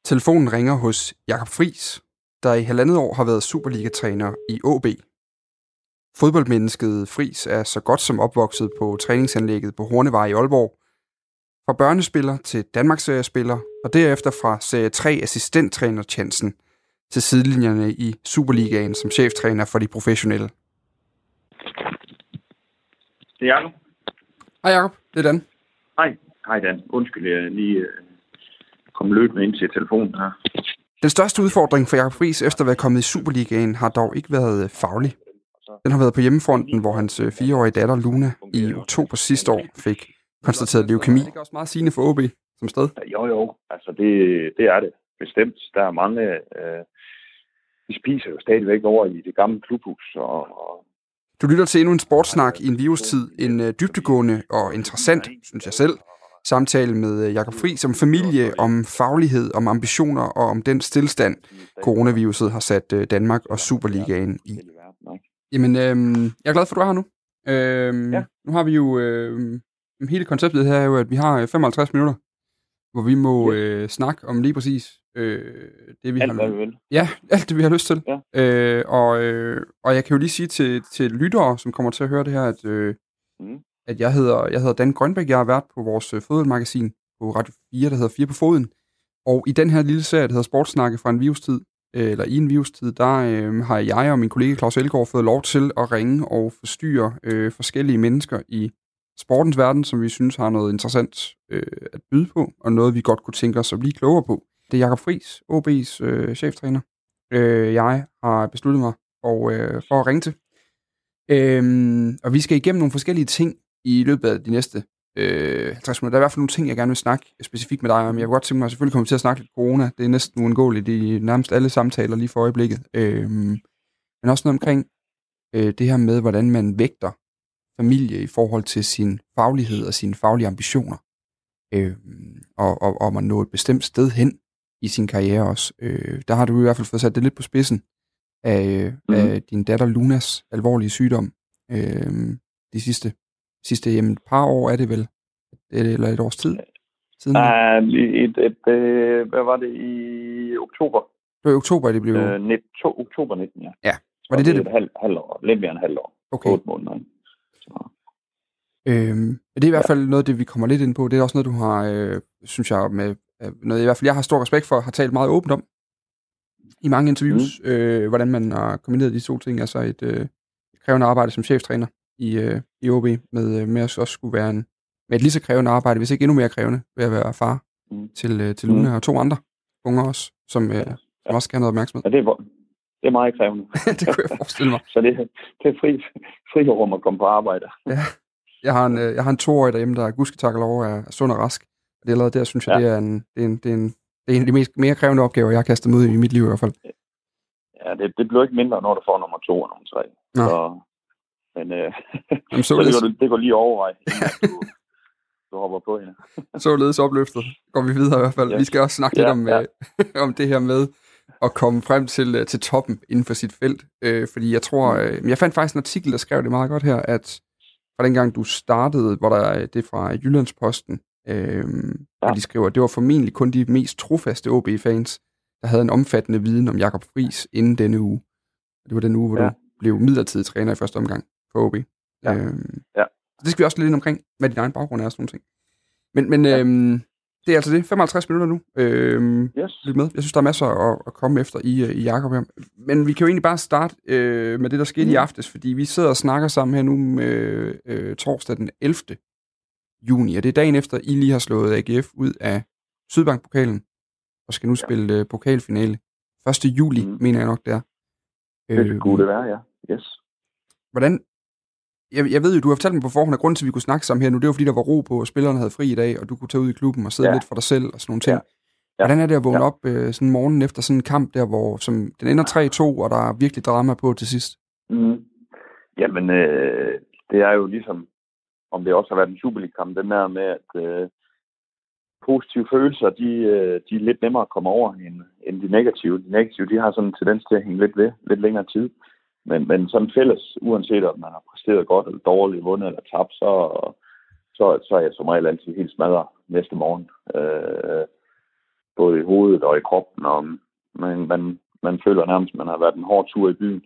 Telefonen ringer hos Jakob Friis, der i 1,5 år har været Superliga-træner i AaB. Fodboldmennesket Friis er så godt som opvokset på træningsanlægget på Hornevej i Aalborg. Fra børnespiller til Danmarksseriespiller, og derefter fra Serie 3 assistenttræner-chancen til sidelinjerne i Superligaen som cheftræner for de professionelle. Det er Jacob. Hej Jacob, det er Dan. Hej Dan. Undskyld, jeg lige kom løbende ind til telefonen her. Den største udfordring for Jakob Friis efter at være kommet i Superligaen har dog ikke været faglig. Den har været på hjemmefronten, hvor hans 4-årige datter Luna i oktober sidste år fik konstateret leukemi. Det er også meget sigende for AaB som sted. Jo. Altså det er det bestemt. Der er mange, de spiser jo stadigvæk over i det gamle klubhus. Du lytter til endnu en sportssnak i en virustid. En dybdegående og interessant, synes jeg selv, samtale med Jakob Friis om familie, om faglighed, om ambitioner og om den stilstand, coronaviruset har sat Danmark og Superligaen i. Jamen, jeg er glad for, at du er her nu. Nu har vi jo... hele konceptet her er jo, at vi har 55 minutter, hvor vi må snakke om lige præcis det, vi alt, har... hvad vi vil. Ja, alt det, vi har lyst til. Ja. Og jeg kan jo lige sige til lyttere, som kommer til at høre det her, at jeg hedder Dan Grønbæk. Jeg har været på vores fodboldmagasin på Radio 4, der hedder 4 på foden. Og i den her lille serie, der hedder Sportssnakke fra en virustid, eller i en virustid, der har jeg og min kollega Claus Elgaard fået lov til at ringe og forstyrre forskellige mennesker i sportens verden, som vi synes har noget interessant at byde på, og noget vi godt kunne tænke os at blive klogere på. Det er Jakob Friis, AaB's cheftræner. Jeg har besluttet mig for at ringe til. Og vi skal igennem nogle forskellige ting i løbet af de næste 50 minutter. Der er i hvert fald nogle ting, jeg gerne vil snakke specifikt med dig om. Jeg vil godt tænke mig at selvfølgelig komme til at snakke lidt corona. Det er næsten uundgåeligt i nærmest alle samtaler lige for øjeblikket. Men også noget omkring det her med, hvordan man vægter familie i forhold til sin faglighed og sine faglige ambitioner. Og om at nå et bestemt sted hen i sin karriere også. Der har du i hvert fald fået sat det lidt på spidsen af din datter Lunas alvorlige sygdom. De sidste et par år er det vel? Eller et års tid siden? Hvad var det i oktober? Det var i oktober, det blev... oktober 19, ja. Ja. Var det et halvt år? Lidt mere end halvt år. Okay. 8 måneder. Det er i hvert fald noget, det vi kommer lidt ind på. Det er også noget, du har, synes jeg, med noget i hvert fald, jeg har stor respekt for, har talt meget åbent om i mange interviews, hvordan man har kombineret de to ting, altså et krævende arbejde som cheftræner i AaB, med at også skulle være med et lige så krævende arbejde, hvis ikke endnu mere krævende, ved at være far til Luna og 2 andre unger også, som også skal have noget opmærksomhed. Ja, det er meget krævende. Det kunne jeg forestille mig. Så det er frirum at komme på arbejde. Ja. Jeg har en 2-årig derhjemme, der gudsketak lov er sund og rask. Og det er allerede der, synes jeg, det er en af de mere krævende opgaver, jeg har kastet mig ud i mit liv i hvert fald. Ja, det bliver ikke mindre, når du får nummer 2 og nummer 3. Nå. Så det går lige overvej, du hopper på hende. Således opløftet. Går vi videre i hvert fald. Ja. Vi skal også snakke lidt om det her med at komme frem til toppen inden for sit felt. Fordi jeg tror, jeg fandt faktisk en artikel, der skrev det meget godt her, at fra dengang du startede, hvor der det fra Jyllandsposten, hvor de skriver, at det var formentlig kun de mest trofaste AaB-fans, der havde en omfattende viden om Jakob Friis inden denne uge. Det var den uge, hvor du blev midlertidig træner i første omgang for AaB. Så det skal vi også lidt ind omkring, hvad din egen baggrund er og sådan nogle ting. Men det er altså det. 55 minutter nu. Lyt med. Jeg synes, der er masser at komme efter i Jakob her. Men vi kan jo egentlig bare starte med det, der skete i aftes, fordi vi sidder og snakker sammen her nu med torsdag den 11. juni, og det er dagen efter, I lige har slået AGF ud af Sydbank-pokalen, og skal nu spille pokalfinale. 1. juli, mener jeg nok, det er. Det skulle det være, ja. Yes. Hvordan... Jeg ved jo, du har fortalt mig på forhånd, at grunden til, at vi kunne snakke sammen her nu, det var, fordi der var ro på, og spillerne havde fri i dag, og du kunne tage ud i klubben og sidde lidt for dig selv og sådan nogle ting. Hvordan er det at vågne op sådan morgenen efter sådan en kamp der, hvor den ender 3-2, og der er virkelig drama på til sidst? Jamen, det er jo ligesom, om det også har været en Superliga-kamp, den der med, at positive følelser, de er lidt nemmere at komme over end de negative. De negative, de har sådan en tendens til at hænge lidt ved, lidt længere tid. Men sådan fælles, uanset om man har præsteret godt eller dårligt, vundet eller tabt, så er jeg som regel altid helt smadret næste morgen. Både i hovedet hovedet og i kroppen, og man føler nærmest, at man har været en hård tur i byen.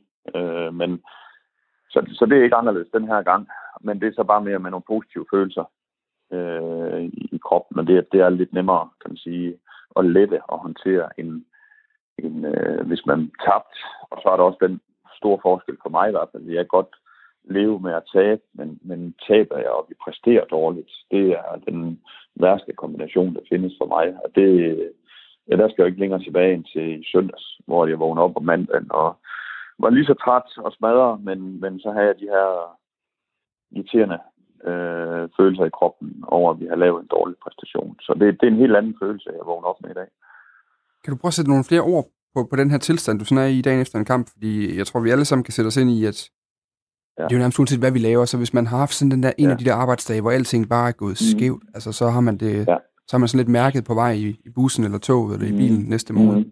Så det er ikke anderledes den her gang, men det er så bare mere med nogle positive følelser i kroppen, men det er lidt nemmere, kan man sige, at lette at håndtere, end hvis man tabt. Og så er der også den store forskel for mig i hvert fald. Jeg kan godt leve med at tabe, men taber jeg, og vi præsterer dårligt. Det er den værste kombination, der findes for mig. Og der skal jeg ikke længere tilbage ind til søndags, hvor jeg vågnede op om mandagen og var lige så træt og smadret, men så havde jeg de her irriterende følelser i kroppen over, at vi har lavet en dårlig præstation. Så det er en helt anden følelse, jeg vågner op med i dag. Kan du prøve at sætte nogle flere ord på den her tilstand, du sådan er i dagen efter en kamp? Fordi jeg tror, vi alle sammen kan sætte os ind i, at det er jo nærmest uanset, hvad vi laver. Så hvis man har haft sådan den der en af de der arbejdsdage, hvor alting bare er gået skævt, altså så har man det, så har man sådan lidt mærket på vej i bussen eller toget eller i bilen næste morgen.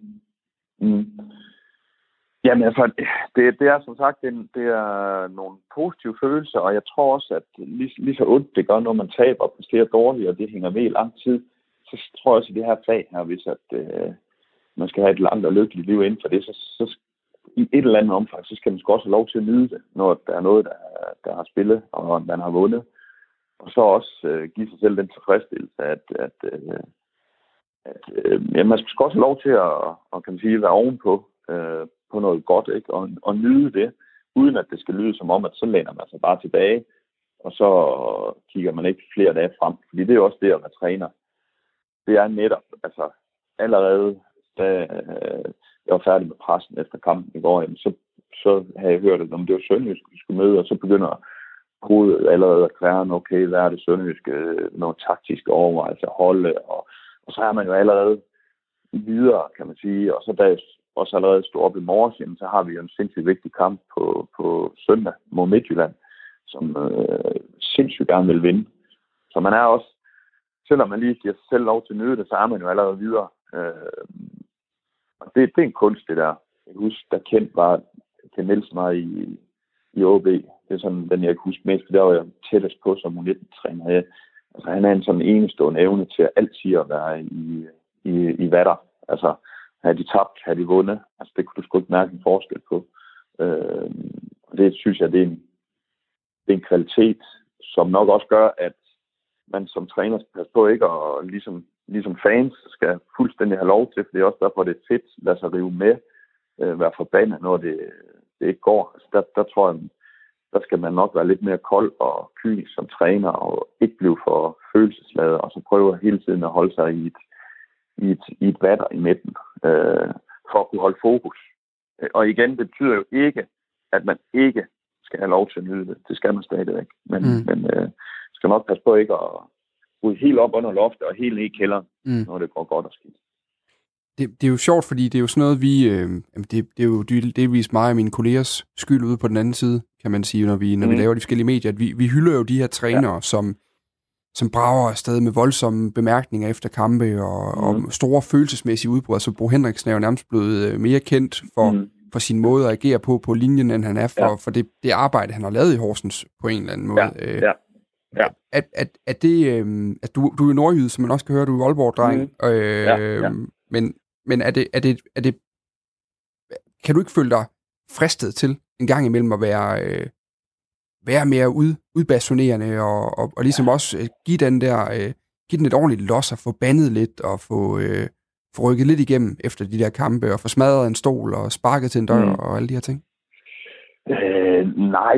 Jamen altså, det er som sagt, det er nogle positive følelser, og jeg tror også, at lige så ondt det gør, når man taber og præsterer dårligt, og det hænger ved i lang tid, så tror jeg også, at det her fag her, hvis at man skal have et langt og lykkeligt liv inden for det, så i et eller andet omfang, så skal man også have lov til at nyde det, når der er noget, der har spillet, og man har vundet. Og så også give sig selv den tilfredsstillelse, at man skal også have lov til at kan man sige, være ovenpå på noget godt, ikke? Og nyde det, uden at det skal lyde som om, at så læner man sig bare tilbage, og så kigger man ikke flere dage frem. Fordi det er jo også det at være træner. Det er netop, altså allerede, da jeg var færdig med pressen efter kampen i går, jamen, så havde jeg hørt, at det var Sønderjysk, vi skulle møde, og så begynder hovedet allerede at kværne, okay, hvad er det Sønderjyske, nogle taktiske overvejelser, holde, og så er man jo allerede videre, kan man sige, og så da jeg også allerede stod op i morges, så har vi jo en sindssygt vigtig kamp på søndag mod Midtjylland, som sindssygt gerne vil vinde. Så man er også, selvom man lige giver sig selv lov til at nyde det, så er man jo allerede videre. Og det er en kunst, det der. Jeg husker, der kendt var Ken Nielsen var i OB. Det er sådan, den jeg kan huske mest, for der var jeg tættest på som U19-træner. Altså, han er en sådan enestående evne til at altid at være i vatter. Altså, havde de tabt, havde de vundet. Altså, det kunne du sgu ikke mærke en forskel på. Og det synes jeg, det er en kvalitet, som nok også gør, at man som træner skal passe på ikke, og ligesom fans skal fuldstændig have lov til, for det er også derfor, det er fedt, lade sig rive med, være forbandet, når det ikke går. Altså, der tror jeg, der skal man nok være lidt mere kold og kynisk som træner, og ikke blive for følelsesladet, og så prøve hele tiden at holde sig i et vatter i midten, for at kunne holde fokus. Og igen, det betyder jo ikke, at man ikke skal have lov til at nyde det. Det skal man stadigvæk. Men skal nok passe på ikke at gå helt op under loftet og helt ned i kælderen, når det går godt og skidt. Det er jo sjovt, fordi det er jo sådan noget, det er jo delvis mig og mine kollegers skyld ude på den anden side, kan man sige, når vi laver de forskellige medier. At vi hylder jo de her trænere, som brager afsted med voldsomme bemærkninger efter kampe og store følelsesmæssige udbrud. Altså Bo Henriksen er jo nærmest blevet mere kendt for sin måde at agere på linjen, end han er for det arbejde, han har lavet i Horsens på en eller anden måde. At det, at du er nordjyde, som man også kan høre, du er Aalborg-dreng, men er det kan du ikke føle dig fristet til en gang imellem at være mere udbasunerende og ligesom også give den et ordentligt los og få bandet lidt og få rykket lidt igennem efter de der kampe og få smadret en stol og sparket til en dør og alle de her ting? Nej,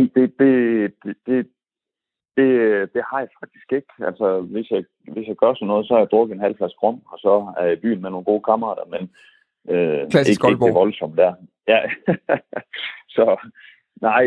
det har jeg faktisk ikke. Altså, hvis jeg gør sådan noget, så har jeg drukket en halv flaske rom, og så er jeg i byen med nogle gode kammerater, men klassisk ikke det voldsomt der. Ja. Så nej,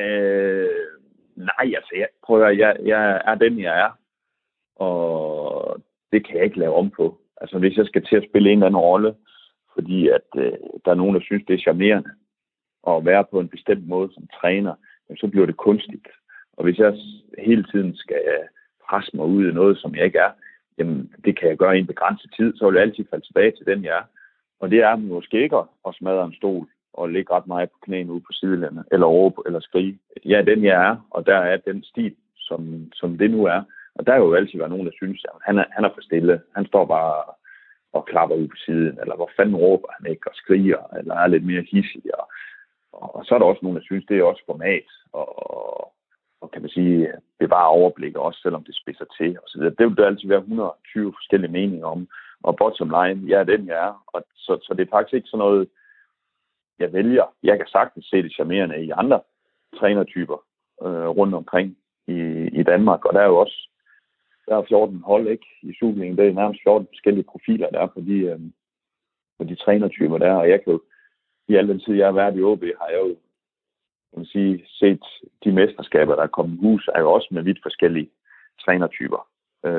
altså, jeg er den, jeg er, og det kan jeg ikke lave om på. Altså, hvis jeg skal til at spille en eller anden rolle, fordi at der er nogen, der synes, det er charmerende at være på en bestemt måde som træner, så bliver det kunstigt. Og hvis jeg hele tiden skal presse mig ud i noget, som jeg ikke er, jamen, det kan jeg gøre i en begrænset tid, så vil jeg altid falde tilbage til den, jeg er. Og det er måske ikke at smadre en stol og ligge ret meget på knæene ude på sidelænderne, eller råbe, eller skrige. Jeg er den, jeg er, og der er den stil, som det nu er. Og der er jo altid været nogen, der synes, at han er for stille. Han står bare og klapper ud på siden, eller hvor fanden råber han ikke og skriger, eller er lidt mere hidsig. Og så er der også nogen, der synes, det er også format, og kan man sige, bevare overblik også, selvom det spidser til, og så videre. Det vil der altid være 120 forskellige meninger om, og bottom line, jeg er den, jeg er, og så det er faktisk ikke sådan noget, jeg vælger. Jeg kan sagtens se det charmerende i andre trænertyper rundt omkring i Danmark, og der er jo også der er 14 hold, ikke? I Superligaen, det er nærmest 14 forskellige profiler, der er på de trænertyper der, og jeg kan jo, i al den tid, jeg har været i OB, har jeg jo, kan man sige, set de mesterskaber, der er kommet i hus, er jo også med vidt forskellige trænertyper.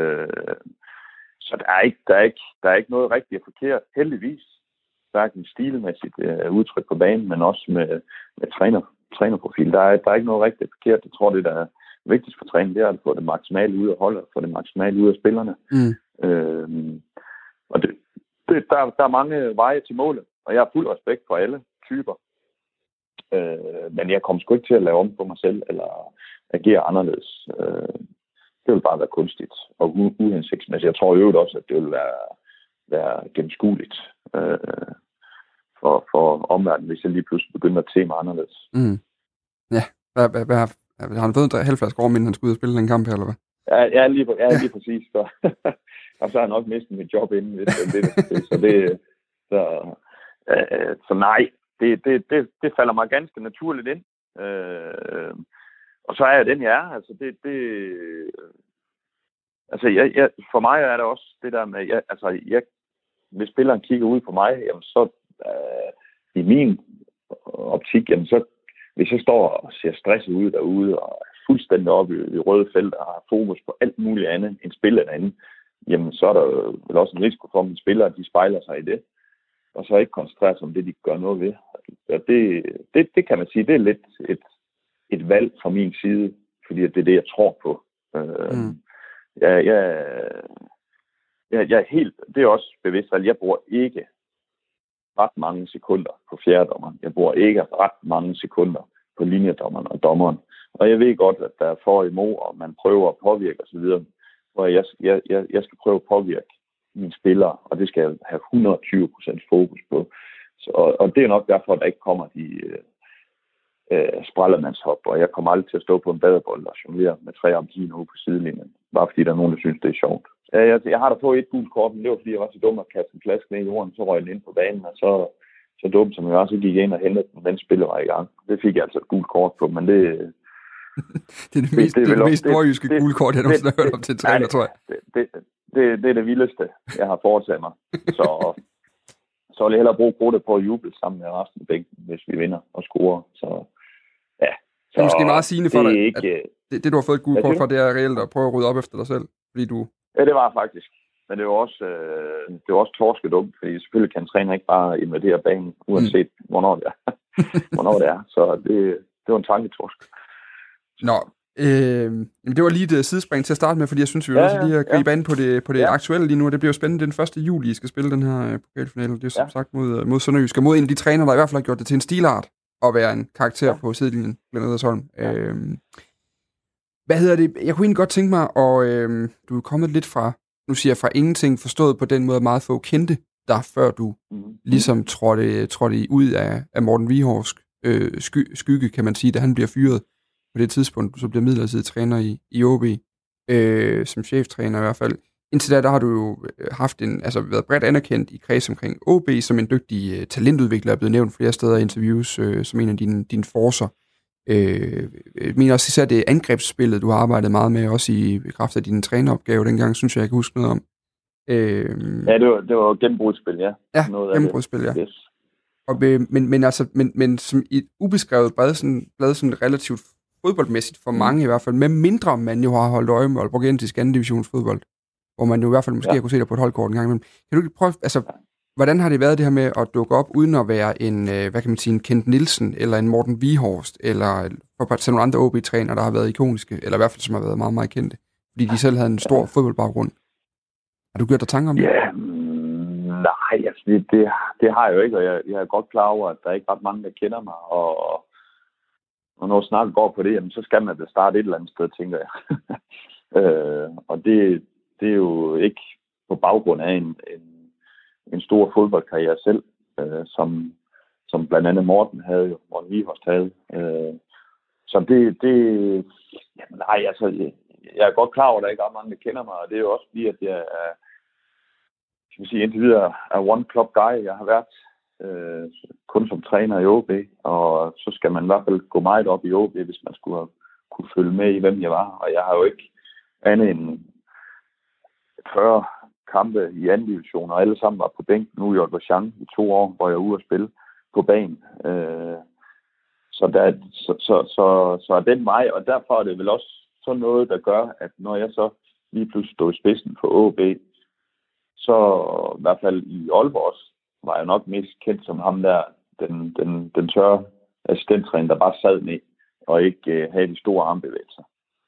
Så der er ikke noget rigtigt og forkert, heldigvis. Hverken stilmæssigt udtryk på banen, men også med trænerprofil. Der er ikke noget rigtigt og forkert. Jeg tror, det der er vigtigst for træning, det er at få det maksimale ud af holdet, få det maksimale ud af spillerne. Og der er mange veje til målet, og jeg har fuld respekt for alle typer. Men jeg kommer sgu ikke til at lave om på mig selv, eller agere anderledes. Det vil bare være kunstigt og uhensigtsmæssigt. Jeg tror i øvrigt også, at det vil være gennemskueligt for omverdenen, hvis jeg lige pludselig begynder at tema anderledes. Ja, har han fået en halvflaske over, inden han skulle ud og spille den kamp her, eller hvad? Ja, lige præcis. Og så har han nok mistet mit job inden, hvis det. Så nej, det falder mig ganske naturligt ind. Og så er jeg den, jeg er. For mig er det også det der med, hvis spilleren kigger ud på mig, jamen så i min optik, jamen så hvis jeg står og ser stresset ud derude, og er fuldstændig oppe i røde felt, og har fokus på alt muligt andet end spil eller andet, jamen så er der vel også en risiko for, at mine spillere, de spejler sig i det, og så ikke koncentrere sig om det, de gør noget ved. Og det kan man sige, det er lidt et valg fra min side, fordi det er det, jeg tror på. Jeg er helt, det er også bevidst, at jeg bruger ikke ret mange sekunder på fjerdedommeren. Jeg bruger ikke ret mange sekunder på linjedommeren og dommeren. Og jeg ved godt, at der er for og imod, og man prøver at påvirke osv., hvor jeg skal prøve at påvirke mine spillere, og det skal jeg have 120% fokus på. Og det er nok derfor, at der ikke kommer de sprællemandshop, og jeg kommer aldrig til at stå på en badebold og jonglere med 3 abginer ude på sidelinjen, bare fordi der er nogen, der synes, det er sjovt. Jeg har da på et gult kort, men det var fordi, jeg var så dum at kaste en flaske ned i jorden, så røg den ind på banen, og så dumt som jeg var, så gik jeg ind og hentede den, mens spillet var i gang. Det fik jeg altså et gult kort på, men det... det er det mest nordjyske gule kort, jeg nogensinde har hørt om til en træner, tror jeg. Det er det vildeste, jeg har foretaget mig. Så vil jeg hellere bruge krudtet på at juble sammen med resten af bænken, hvis vi vinder og scorer. Så ja. Det er måske meget sigende for dig, at det du har fået et gult kort for, det er reelt at prøve at rydde op efter dig selv, fordi du... Ja, det var faktisk. Men det var også torskedumt, fordi selvfølgelig kan en træner ikke bare invadere banen, uanset hvornår det er. Så det var en tanketorsk. Nå, det var lige et sidespring til at starte med, fordi jeg synes, vi er nødt til lige at gribe an på det aktuelle lige nu. Det bliver jo spændende. Den 1. juli, I skal spille den her pokalfinale. Det er som sagt mod Sønderjysk, og mod en af de trænere, der i hvert fald har gjort det til en stilart at være en karakter på sidelinjen, Glenn Edersholm. Hvad hedder det? Jeg kunne egentlig godt tænke mig, og du er kommet lidt fra, nu siger jeg fra ingenting, forstået på den måde, at meget få kendte der, før du ligesom trådte ud af Morten Wieghorst skygge, kan man sige, da han bliver fyret på det tidspunkt, du så bliver midlertidig træner i OB, som cheftræner i hvert fald. Indtil da, der har du jo haft været bredt anerkendt i kreds omkring OB, som en dygtig talentudvikler, er blevet nævnt flere steder i interviews, som en af dine forcer. Jeg mener også især det angrebsspillet, du har arbejdet meget med, også i kraft af din træneropgave dengang, synes jeg kan huske noget om. Ja, det var gennembrudspil, ja. Ja, gennembrudspil, ja. Yes. Men som i et ubeskrevet blad, sådan relativt fodboldmæssigt for mange i hvert fald, med mindre man jo har holdt øje med Aalborgensisk anden divisionsfodbold, hvor man jo i hvert fald måske har kunne se dig på et holdkort en gang imellem. Kan du lige prøve, hvordan har det været det her med at dukke op, uden at være en, hvad kan man sige, en Kent Nielsen, eller en Morten Wieghorst, eller for at tage nogle andre OB-trænere, der har været ikoniske, eller i hvert fald som har været meget, meget kendte, fordi de selv havde en stor fodboldbaggrund. Har du gjort dig tanker om det? Ja, nej, altså det har jeg jo ikke, og jeg er godt klar over, at der er ikke ret mange, der kender mig, og når snakken går på det, jamen, så skal man da starte et eller andet sted, tænker jeg. Og det er jo ikke på baggrund af store fodboldkarriere selv, som blandt andet Morten Wieghorst havde. Så jamen, nej, altså, jeg er godt klar over, at der ikke er mange, der kender mig, og det er jo også fordi, at jeg er, kan man sige, indtil videre er one club guy. Jeg har været kun som træner i OB, og så skal man i hvert fald gå meget op i OB, hvis man skulle kunne følge med i, hvem jeg var. Og jeg har jo ikke andet end 40 kampe i anden division, og alle sammen var på bænken nu i Aalborg i 2 år, hvor jeg er ude at spille på banen. Så er den mig, og derfor er det vel også sådan noget, der gør, at når jeg så lige pludselig stod i spidsen for OB, så i hvert fald i Aalborg var jeg nok mest kendt som ham der, den tørre assistenttræner, der bare sad ned og ikke havde de store armbevægelser.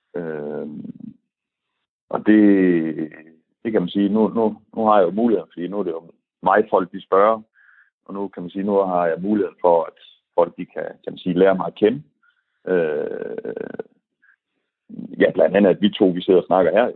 Og det kan man sige, nu har jeg jo muligheden, fordi nu er det jo mig, folk de spørger, og nu kan man sige, nu har jeg muligheden for, at folk de kan man sige, lære mig at kende. Ja, blandt andet, at vi sidder og snakker her.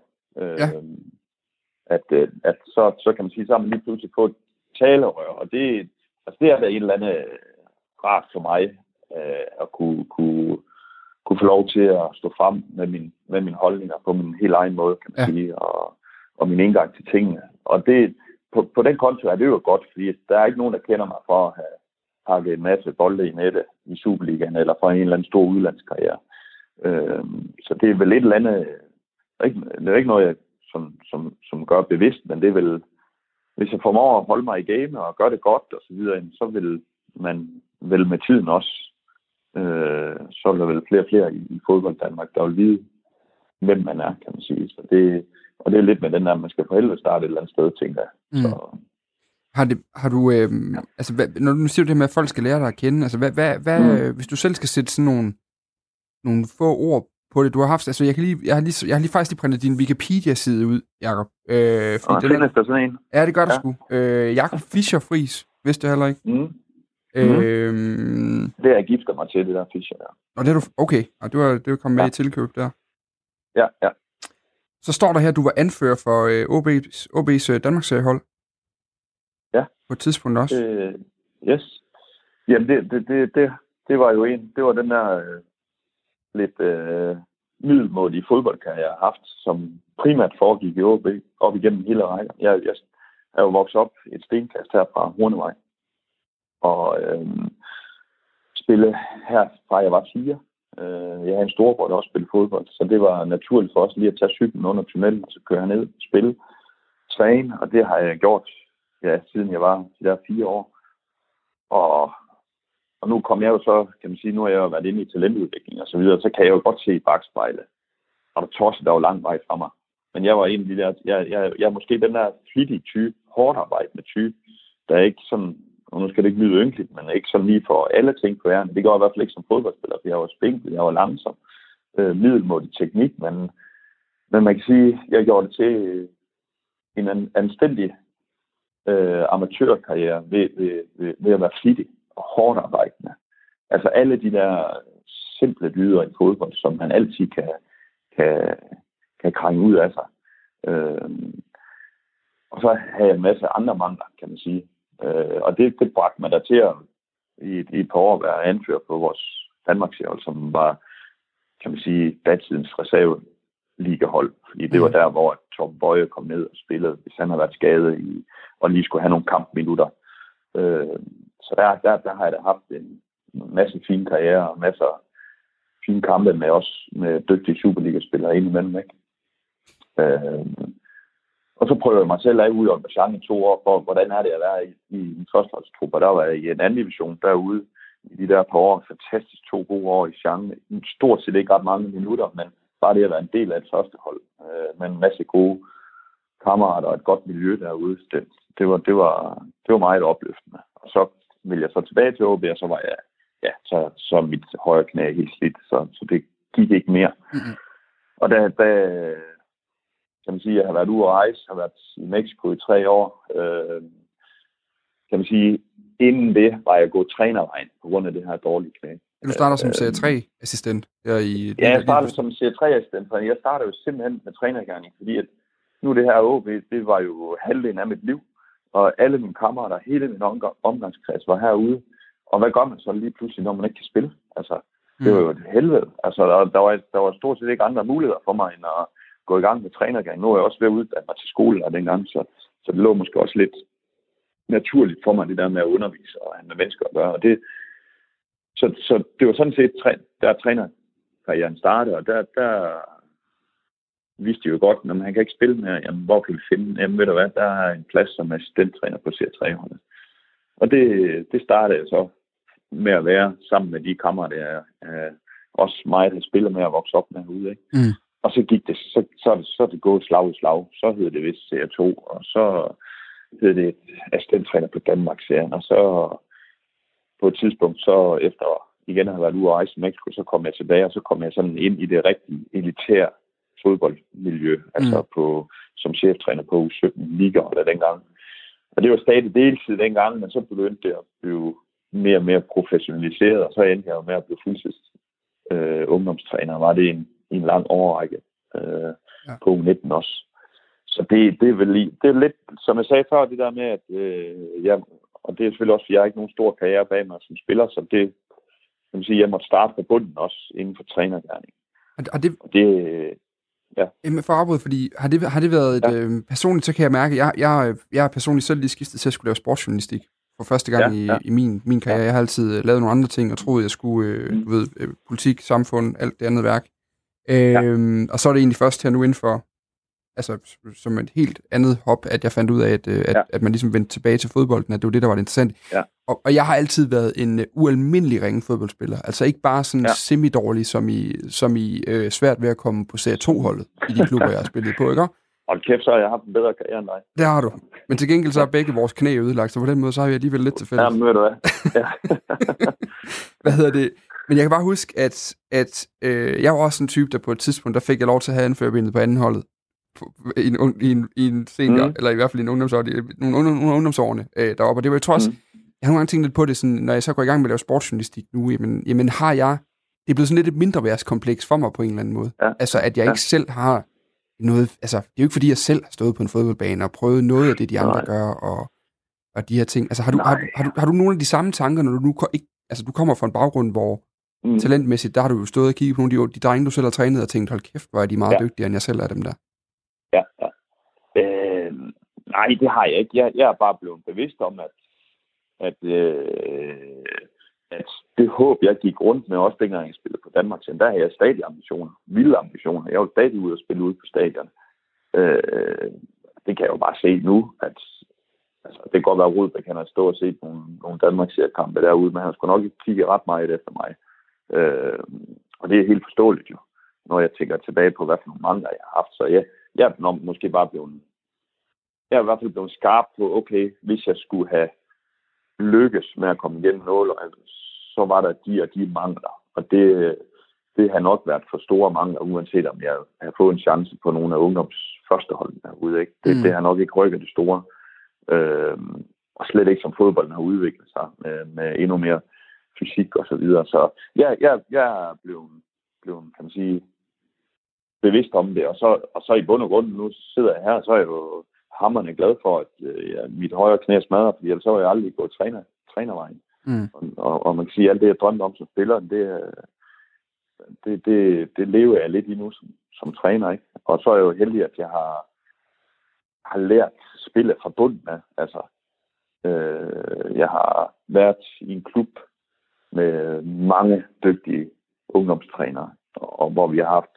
At så kan man sige, så har man lige pludselig fået et talerør, og det er da et eller andet rart for mig, at kunne få lov til at stå frem med mine holdninger på min helt egen måde, kan man sige, og min indgang til tingene. Og det, på den konto er det jo godt, fordi der er ikke nogen, der kender mig for at have pakket en masse bolde i nettet i Superligaen, eller for en eller anden stor udlandskarriere. Så det er vel et eller andet, det er ikke noget, jeg som gør bevidst, men det er vel, hvis jeg formår at holde mig i game og gøre det godt og så videre, så vil man vel med tiden også, så er der vel flere og flere i fodbold Danmark, der vil vide, hvem man er, kan man sige. Så og det er lidt med den der, man skal for helvede starte et eller andet sted, tænker jeg. Så. Har du, altså, når du siger det med, at folk skal lære dig at kende, altså, hvis du selv skal sætte sådan nogle få ord på det, du har haft, altså, jeg har lige faktisk printet din Wikipedia-side ud, Jakob. Findes der sådan en? Ja, det gør der sgu. Jakob Fischer-Friis, vidste du heller ikke? Det er jeg gifter mig til, det der Fischer, ja. Og det er du, okay, og du er kommet med i tilkøb der. Ja. Så står der her, at du var anfører for OB's Danmarksseriehold. Ja. På et tidspunkt også. Yes. Jamen, det var jo det var den der lidt middelmådige fodboldkarriere, jeg har haft, som primært foregik i OB, op igennem hele rækken. Jeg er jo vokset op et stenkast her fra Hornevej, og spille her fra jeg var 4. Jeg havde en storebror, der også spillede fodbold, så det var naturligt for os lige at tage cyklen under tunnelen, og så køre herned og spille, træne, og det har jeg gjort, siden jeg var de der 4 år. Og nu kom jeg jo så, kan man sige, nu har jeg jo været inde i talentudvikling og så videre, så kan jeg jo godt se i bagspejlet, og der tosset der jo lang vej fra mig. Men jeg var en af de der, jeg er måske den der flittige type, hårdt arbejdende type, der er ikke sådan, og nu skal det ikke lyde ynkeligt, men ikke sådan lige for alle ting på æren. Det går i hvert fald ikke som fodboldspiller, for jeg var spinkel, jeg var langsom, middelmådig teknik, men man kan sige, jeg gjorde det til en anstændig amatørkarriere ved at være flittig og hårdt arbejdende. Altså alle de der simple dyder i fodbold, som man altid kan krænge ud af sig. Og så havde jeg en masse andre mangler, kan man sige. Og det bragte mig der til at i et par år være anfører på vores Danmarksseriehold, som var, kan man sige, datidens reserveligahold. Fordi det var der, hvor Tom Bøje kom ned og spillede, hvis han havde været skadet og lige skulle have nogle kampminutter. Så der har jeg da haft en masse fine karriere og masser af fine kampe med dygtige Superliga-spillere indimellem, ikke? Og så prøver jeg mig selv af ud og med i 2 år for, hvordan er det at være i en førsteholdstrup. Og der var jeg i en anden division derude i de der par år. Fantastisk 2 gode år i Chang. Stort set ikke ret mange minutter, men bare det at være en del af et førstehold. Med en masse gode kammerater og et godt miljø derude. Det var meget opløftende. Og så ville jeg så tilbage til OB, og så var jeg, så mit højre knæ helt slidt. Så det gik ikke mere. Mm-hmm. Og da kan man sige, at jeg har været ude at rejse, har været i Mexico i 3 år. Kan man sige, inden det var jeg gået trænervejen på grund af det her dårlige knæ. Du starter som Serie 3-assistent? Jeg startede som Serie 3-assistent, for jeg startede jo simpelthen med trænergerning, fordi at nu det her OB, det var jo halvdelen af mit liv, og alle mine kammerater, hele min omgangskreds var herude. Og hvad gør man så lige pludselig, når man ikke kan spille? Altså, det var jo et helvede. Altså, der var stort set ikke andre muligheder for mig, end at gå i gang med trænergang. Nu er jeg også ved at uddanne mig til skole og dengang, så det lå måske også lidt naturligt for mig, det der med at undervise og have med mennesker at gøre. Og så det var sådan set, der trænerkarrieren startede, og der vidste de jo godt, at han kan ikke spille mere. Jamen, hvor kan vi finde? Jamen, ved du hvad, der er en plads som assistenttræner på C3-holdet. Og det startede så med at være sammen med de kammerater, der også mig, der spiller med at vokse op med herude, ikke? Mm. Og så gik det, så er det gået slag i slag. Så hed det vist CR2, og så hed det assistenttræner på Danmark-serien, og så på et tidspunkt, så efter igen at have været ude og rejse i Mexico, så kom jeg tilbage, og så kom jeg sådan ind i det rigtige elitære fodboldmiljø, altså som cheftræner på U17 ligaer dengang. Og det var stadig deltid dengang, men så begyndte det at blive mere og mere professionaliseret, og så endte jeg jo med at blive fuldtids ungdomstræner. Var det en lang årrække på U19 også. Så det er lidt, som jeg sagde før, det der med, at og det er selvfølgelig også, fordi jeg har ikke nogen stor karriere bag mig som spiller, så det kan man sige, jeg måtte starte på bunden også inden for trænergerning. Og det ja. For afbud, fordi har det været et, personligt, så kan jeg mærke, jeg har personligt selv lige skiftet til at skulle lave sportsjournalistik for første gang i min karriere. Jeg har altid lavet nogle andre ting og troede, jeg skulle, politik, samfund, alt det andet værk. Og så er det egentlig først her nu inden for, altså som et helt andet hop, at jeg fandt ud af, at man ligesom vendte tilbage til fodbolden, at det var det, der var det interessant. Ja. Og jeg har altid været en ualmindelig ringe fodboldspiller. Altså ikke bare sådan semi-dårlig, som i svært ved at komme på CR2-holdet i de klubber, jeg har spillet på, ikke? Hold kæft, så har jeg haft en bedre karriere end dig. Det har du. Men til gengæld så er begge vores knæ ødelagt, så på den måde så har vi alligevel lidt til fælles. Ja, men ved du hvad. Ja. Hvad hedder det? Men jeg kan bare huske, at jeg var også en type, der på et tidspunkt, der fik jeg lov til at have anførerbenet på anden holdet. I en senior, eller i hvert fald i nogle ungdomsårene deroppe. Og det var jo trods, jeg har nogle gange tænkt lidt på det, sådan, når jeg så går i gang med at lave sportsjournalistik nu, jamen har jeg, det er blevet sådan lidt et mindreværdskompleks for mig på en eller anden måde. Ja. Altså, at jeg ikke selv har noget, altså, det er jo ikke fordi, jeg selv har stået på en fodboldbane og prøvet noget af det, de andre gør, og de her ting. Altså, har du nogle af de samme tanker, når du nu ikke, altså, du kommer fra en baggrund, hvor talentmæssigt, der har du jo stået og kigget på nogle af de drenge, du selv har trænet, og tænkt, hold kæft, hvor er de meget dygtigere, end jeg selv er dem der. Ja. Nej, det har jeg ikke. Jeg er bare blevet bevidst om, at det håb, jeg gik rundt med, også dengang jeg spillede på Danmark, der har jeg stadig ambitioner, vilde ambitioner. Jeg er jo stadig ude og spille ude på stadion. Det kan jeg jo bare se nu, at altså, det kan godt være Rudbæk, han har stået og set nogle Danmarks-seriekampe derude, men han skulle nok ikke kigge ret meget efter mig. Og det er helt forståeligt jo, når jeg tænker tilbage på, hvad for nogle mangler jeg har haft. Så jeg er måske bare blevet, jeg er i hvert fald blevet skarp på, okay, hvis jeg skulle have lykkes med at komme igennem nålet, så var der de og de mangler. Og det har nok været for store mangler, uanset om jeg har fået en chance på nogle af ungdoms førsteholdene derude. Ikke? Det har nok ikke rykket det store. Og slet ikke som fodbolden har udviklet sig med endnu mere fysik og så videre. Så jeg er blevet, kan man sige, bevidst om det. Og så i bund og grund, nu sidder jeg her, så er jeg jo hamrende glad for, at mit højre knæ smadrer, fordi ellers så var jeg aldrig gået trænervejen. Og man kan sige, at alt det, jeg drømte om som spiller, det lever jeg lidt i nu som træner. Ikke? Og så er jeg jo heldig, at jeg har lært spillet fra bunden af. Altså, jeg har været i en klub med mange dygtige ungdomstrænere, og hvor vi har haft,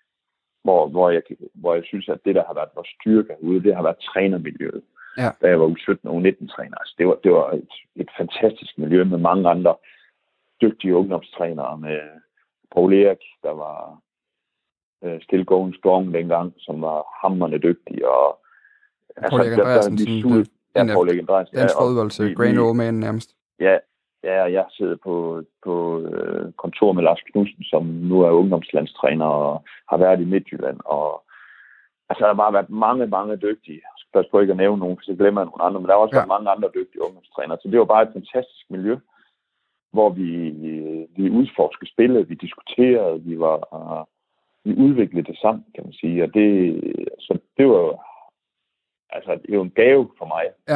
hvor jeg synes, at det, der har været vores styrke herude, det har været trænermiljøet. Ja. Da jeg var U17 og U19-træner. Altså, det var et fantastisk miljø med mange andre dygtige ungdomstrænere, med Paul Erik, der var still going strong dengang, som var hamrende dygtig. Og Paul Erik Andreasen, dansk fodbold, grand old man nærmest. Ja, jeg sidder på kontor med Lars Knudsen, som nu er ungdomslandstræner og har været i Midtjylland. Og altså, der har bare været mange dygtige. Jeg skal passe på ikke at nævne nogen, for så glemmer jeg nogle andre, men der har også været mange andre dygtige ungdomstrænere. Så det var bare et fantastisk miljø, hvor vi udforskede spillet, vi diskuterede, vi udviklede det sammen, kan man sige. Og det var jo en gave for mig. Ja.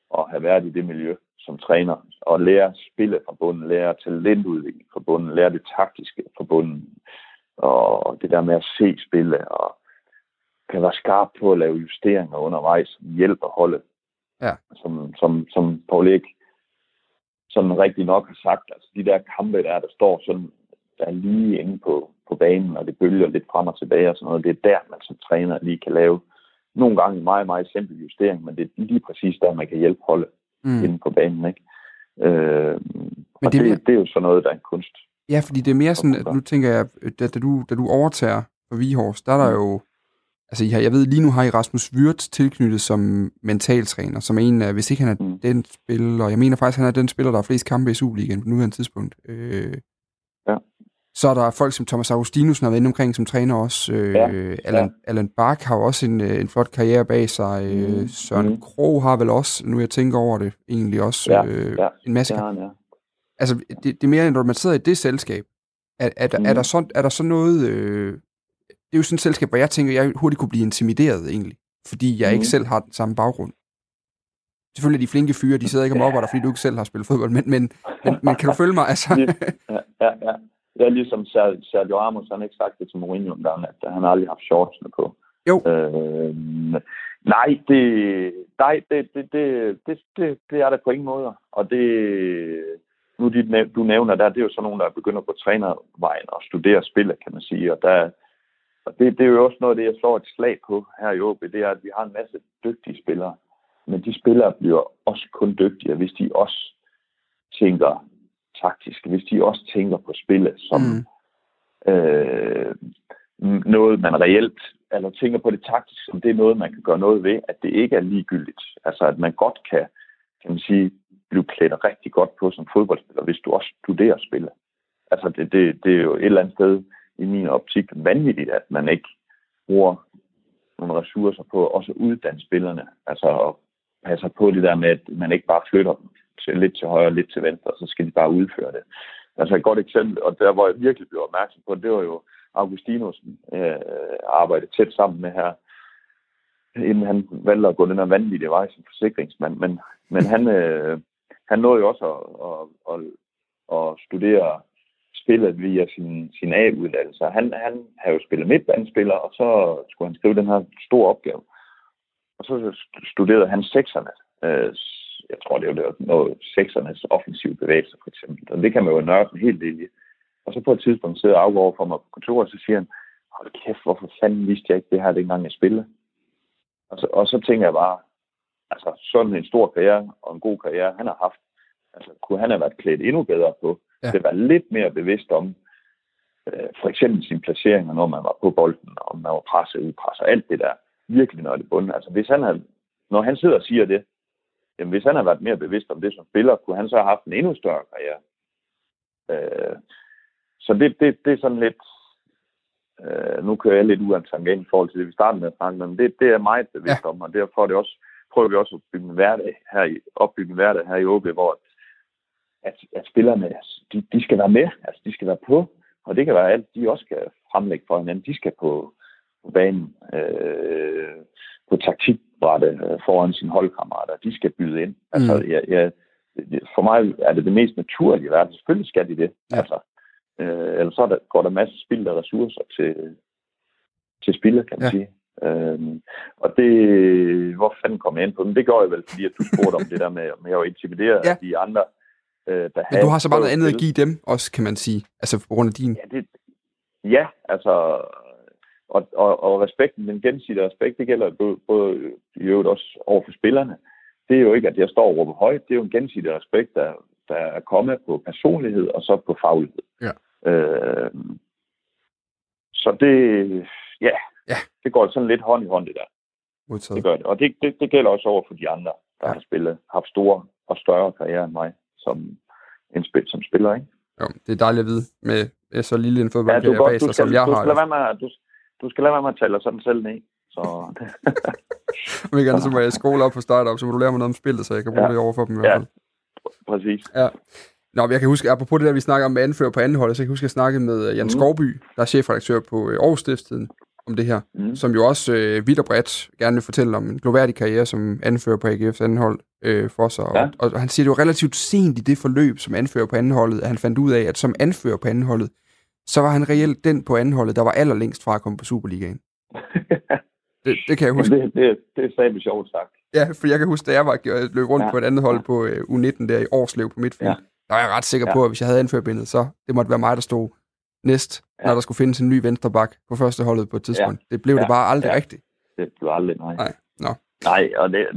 at have været i det miljø som træner, og lære spillet fra bunden, lære talentudvikling fra bunden, lære det taktiske fra bunden, og det der med at se spillet, og kan være skarp på at lave justeringer undervejs, som hjælper holdet. Ja. Som Paul Erik sådan rigtig nok har sagt, altså de der kampe der står sådan, der er lige inde på banen, og det bølger lidt frem og tilbage og sådan noget, det er der, man som træner lige kan lave nogle gange meget, meget simpel justering, men det er lige præcis der, man kan hjælpe holdet inde på banen, ikke? Men og det er jo sådan noget, der er en kunst. Ja, fordi det er mere sådan, at nu tænker jeg, da du overtager for Vighorst, der er der jo, altså jeg ved lige nu har I Rasmus Wirtz tilknyttet som mentaltræner, som en af, hvis ikke han er den spiller, og jeg mener faktisk, han er den spiller, der har flest kampe i Superligaen på nuværende tidspunkt. Ja. Så er der folk som Thomas Augustinussen har været inde omkring som træner også. Allan Bak har også en flot karriere bag sig. Søren Krog har vel også, nu jeg tænker over det, egentlig også en masse kampe. Ja. Altså, det er mere, når man sidder i det selskab, er der så noget... det er jo sådan et selskab, hvor jeg tænker, jeg hurtigt kunne blive intimideret egentlig, fordi jeg ikke selv har den samme baggrund. Selvfølgelig er de flinke fyre, de sidder ikke og mobber dig, fordi du ikke selv har spillet fodbold, men kan du følge mig? Altså? Ja. Det er ligesom Sergio Ramos, han har ikke sagt det til Mourinho en gang, at han aldrig har haft shortsene på. Jo. Nej, det er der på ingen måde. Og det, nu du nævner der, det er jo sådan nogen, der begynder på trænervejen og studere spillet, kan man sige. Og det er jo også noget af det, jeg slår et slag på her i OB, det er, at vi har en masse dygtige spillere. Men de spillere bliver også kun dygtigere, hvis de også tænker taktisk, hvis de også tænker på spillet som noget, man reelt, eller tænker på det taktisk, som det er noget, man kan gøre noget ved, at det ikke er ligegyldigt. Altså, at man godt kan man sige, blive klædt rigtig godt på som fodboldspiller, hvis du også studerer spillet. Altså, det er jo et eller andet sted i min optik vanvittigt, at man ikke bruger nogle ressourcer på også at uddanne spillerne. Altså, at passe på det der med, at man ikke bare flytter dem lidt til højre, lidt til venstre, så skal de bare udføre det. Altså et godt eksempel, og der hvor jeg virkelig blev opmærksom på, det var jo Augustinussen arbejdede tæt sammen med her, inden han valgte at gå den her vanvittige vej som forsikringsmand. Men han nåede jo også at studere spillet via sin A-uddannelse. Han havde jo spillet midtbanespiller, og så skulle han skrive den her store opgave. Og så studerede han sekserne. Jeg tror, det var noget seksernes offensive bevægelser, for eksempel. Og det kan man jo nørde en hel del i. Og så på et tidspunkt sidder Auge over for mig på kontoret, og så siger han, hold kæft, hvorfor fanden vidste jeg ikke det her, dengang jeg spillede? Og så tænker jeg bare, altså sådan en stor karriere og en god karriere, han har haft, altså kunne han have været klædt endnu bedre på, at være lidt mere bevidst om, for eksempel sin placering, når man var på bolden, og man var presset, udpresset, alt det der, virkelig når det bunden. Altså hvis han havde, når han sidder og siger det, jamen hvis han havde været mere bevidst om det som spiller, kunne han så have haft en endnu større karriere. Så det er sådan lidt, nu kører jeg lidt uantangent i forhold til det, vi startede med at snakke, men det er meget bevidst om, og derfor prøver vi også at opbygge en hverdag her i OB, hvor at spillerne, de skal være med, altså de skal være på, og det kan være alt, de også skal fremlægge for hinanden, de skal på banen, på taktikbrættet foran sine holdkammerater, de skal byde ind. Altså, for mig er det mest naturlige i verden, selvfølgelig skal de det, altså. Ellers så går der masser af spildte ressourcer til spillet, kan man sige. Og det, hvor fanden kom jeg ind på den? Det går jeg vel, fordi at du spurgte om det der med at intimidere de andre, der men du har så bare noget andet at give dem også, kan man sige, altså på grund af din. Ja, altså, og respekten, den gensidige respekt, det gælder både i øvrigt også over for spillerne. Det er jo ikke, at jeg står og råber højt, det er jo en gensidig respekt, der er kommet på personlighed og så på faglighed. Ja. Så det går sådan lidt hånd i hånd, det der. Modtaget. Det gør det. Og det gælder også over for de andre, der har haft store og større karriere end mig som spiller, ikke? Jo, det er dejligt at vide med så lille en fodboldkarriere bag sig, som jeg har. Du skal lade være med at tale dig sådan selv ned. Så om ikke andet, så må jeg skole op på startup, så må du lære mig noget om spillet, så jeg kan bruge det over for dem i hvert fald. Præcis. Ja. Nå, jeg kan huske, apropos det der, vi snakker om med anfører på anden hold, så jeg kan huske, at jeg snakkede med Jan Skovby, der er chefredaktør på Aarhus Stiftstidende, om det her, som jo også vidt og bredt gerne vil fortælle om en gloværdig karriere som anfører på AGF's anden hold for sig. Ja. Og han siger, det var relativt sent i det forløb som anfører på anden holdet, at han fandt ud af, at som anfører på anden holdet, så var han reelt den på anden holdet, der var allerlængst fra at komme på Superligaen. Det kan jeg huske. Det er fandme sjovt sagt. Ja, for jeg kan huske, da jeg løb rundt på et andet hold på U19 der i Årslev på midtfelt, der var jeg ret sikker på, at hvis jeg havde anførerbindet, så det måtte være mig, der stod næst, når der skulle findes en ny venstreback på første holdet på et tidspunkt. Det blev det bare aldrig rigtigt. Det blev aldrig, nej. Nå. Nej, og den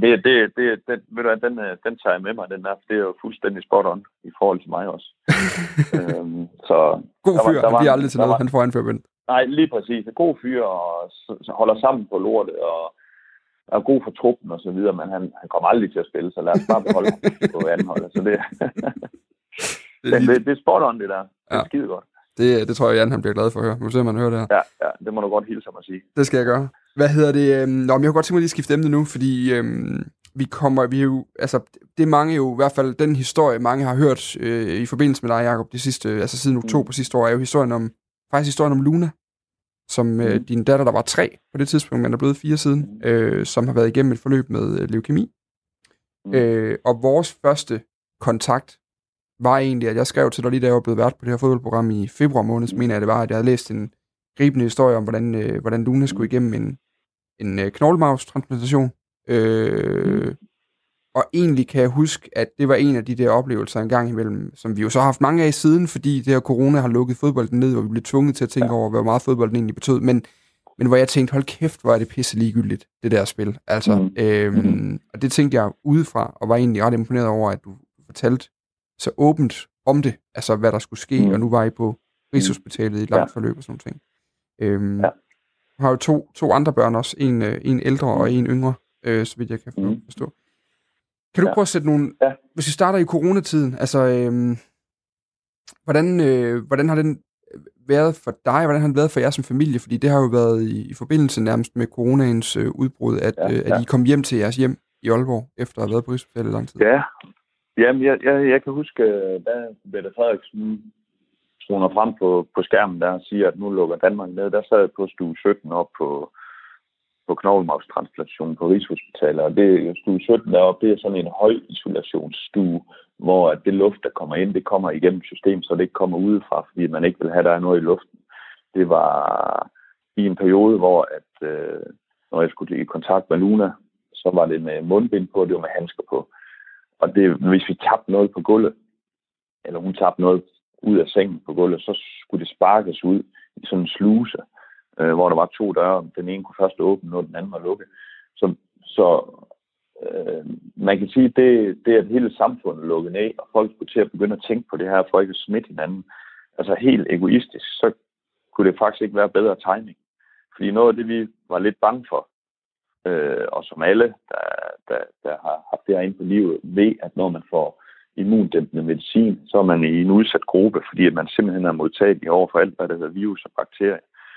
tager jeg med mig, den der. Det er jo fuldstændig spot on i forhold til mig også. Så god fyr, han bliver aldrig til noget, han får anførerbind. Nej, lige præcis. En god fyr, og så holder sammen på lortet, og er god for truppen og så videre, men han kommer aldrig til at spille, så lad os bare beholde ham på anden hold. Så det er spot on, det der. Det er skide godt. Det tror jeg, Jan han bliver glad for at høre. Nu ser man hører det her. Ja, det må du godt hilse ham at sige. Det skal jeg gøre. Hvad hedder det? Jeg kunne godt tænke mig lige at skifte emne nu, fordi det er mange jo, i hvert fald den historie, mange har hørt i forbindelse med dig, Jacob, det sidste, altså siden oktober sidste år, er jo historien om Luna, som din datter, der var 3 på det tidspunkt, men er blevet 4 siden, som har været igennem et forløb med leukemi. Og vores første kontakt var egentlig, at jeg skrev til dig lige, da jeg var blevet vært på det her fodboldprogram i februar måned, så mener jeg, det var, at jeg havde læst en gribende historie om, hvordan Luna skulle igennem en knoglemarvstransplantation. Og egentlig kan jeg huske, at det var en af de der oplevelser en gang imellem, som vi jo så har haft mange af siden, fordi det her corona har lukket fodbolden ned, og vi blev tvunget til at tænke over, hvor meget fodbolden egentlig betød. Men hvor jeg tænkte, hold kæft, hvor er det pisse ligegyldigt, det der spil. Altså, og det tænkte jeg udefra, og var egentlig ret imponeret over, at du fortalte så åbent om det, altså hvad der skulle ske, og nu var I på Rigshospitalet i et langt forløb og sådan noget. Jeg har jo to andre børn også, en ældre og en yngre, så vidt jeg kan forstå. Kan du prøve at sætte nogle... Hvis vi starter i coronatiden, altså... Hvordan har den været for dig? Hvordan har den været for jer som familie? Fordi det har jo været i forbindelse nærmest med coronaens udbrud, at I kom hjem til jeres hjem i Aalborg, efter at have været på Rigshospitalet i lang tid. Ja. Jamen, jeg kan huske, da Mette Frederiksen troner frem på skærmen der og siger, at nu lukker Danmark ned. Der sad jeg på stue 17 op på knoglemarvstransplantation på Rigshospitalet, og det stue 17 deroppe, det er sådan en høj isolationsstue, hvor at det luft, der kommer ind, det kommer igennem systemet, så det ikke kommer udefra, fordi man ikke vil have, der er noget i luften. Det var i en periode, hvor at, når jeg skulle i kontakt med Luna, så var det med mundbind på, og det var med handsker på. Og det, hvis vi tabte noget på gulvet, eller hun tabte noget ud af sengen på gulvet, så skulle det sparkes ud i sådan en sluse, hvor der var 2 døre. Den ene kunne først åbne, når den anden var lukket. Så man kan sige, at det er et hele samfundet lukket ned, og folk skulle til at begynde at tænke på det her, for ikke at smitte hinanden. Altså helt egoistisk, så kunne det faktisk ikke være bedre timing. Fordi noget af det, vi var lidt bange for, og som alle, der har haft det her inde på livet, ved, at når man får immundæmpende medicin, så er man i en udsat gruppe, fordi at man simpelthen er modtagelig over for alt, hvad der hedder virus og bakterier.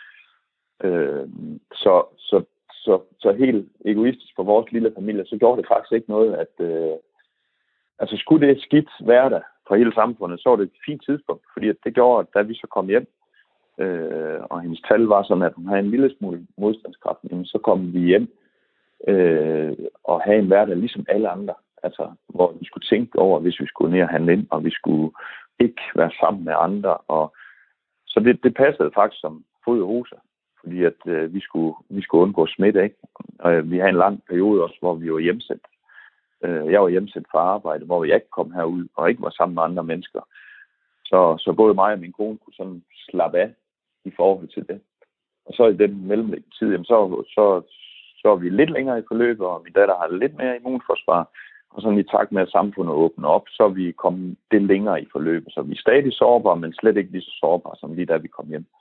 Så helt egoistisk for vores lille familie, så gjorde det faktisk ikke noget, at altså skulle det skidt være der for hele samfundet, så var det et fint tidspunkt, fordi at det gjorde, at da vi så kom hjem, og hendes tal var sådan, at hun havde en lille smule modstandskraft, så kom vi hjem og have en hverdag ligesom alle andre, altså hvor vi skulle tænke over, hvis vi skulle ned og handle ind, og vi skulle ikke være sammen med andre, og så det passede faktisk som fod og hose, fordi at vi skulle undgå smitte, ikke? Og vi havde en lang periode også, hvor vi var hjemsendt. Jeg var hjemsendt fra arbejde, hvor jeg ikke kom herud og ikke var sammen med andre mennesker. Så både mig og min kone kunne sådan slappe af i forhold til det. Og så i den mellemliggende tid, så er vi lidt længere i forløbet, og min datter har lidt mere immunforsvar. Og sådan i takt med, at samfundet åbner op, så er vi kommet det længere i forløbet. Så vi er stadig sårbare, men slet ikke lige så sårbare, som lige da vi kom hjem.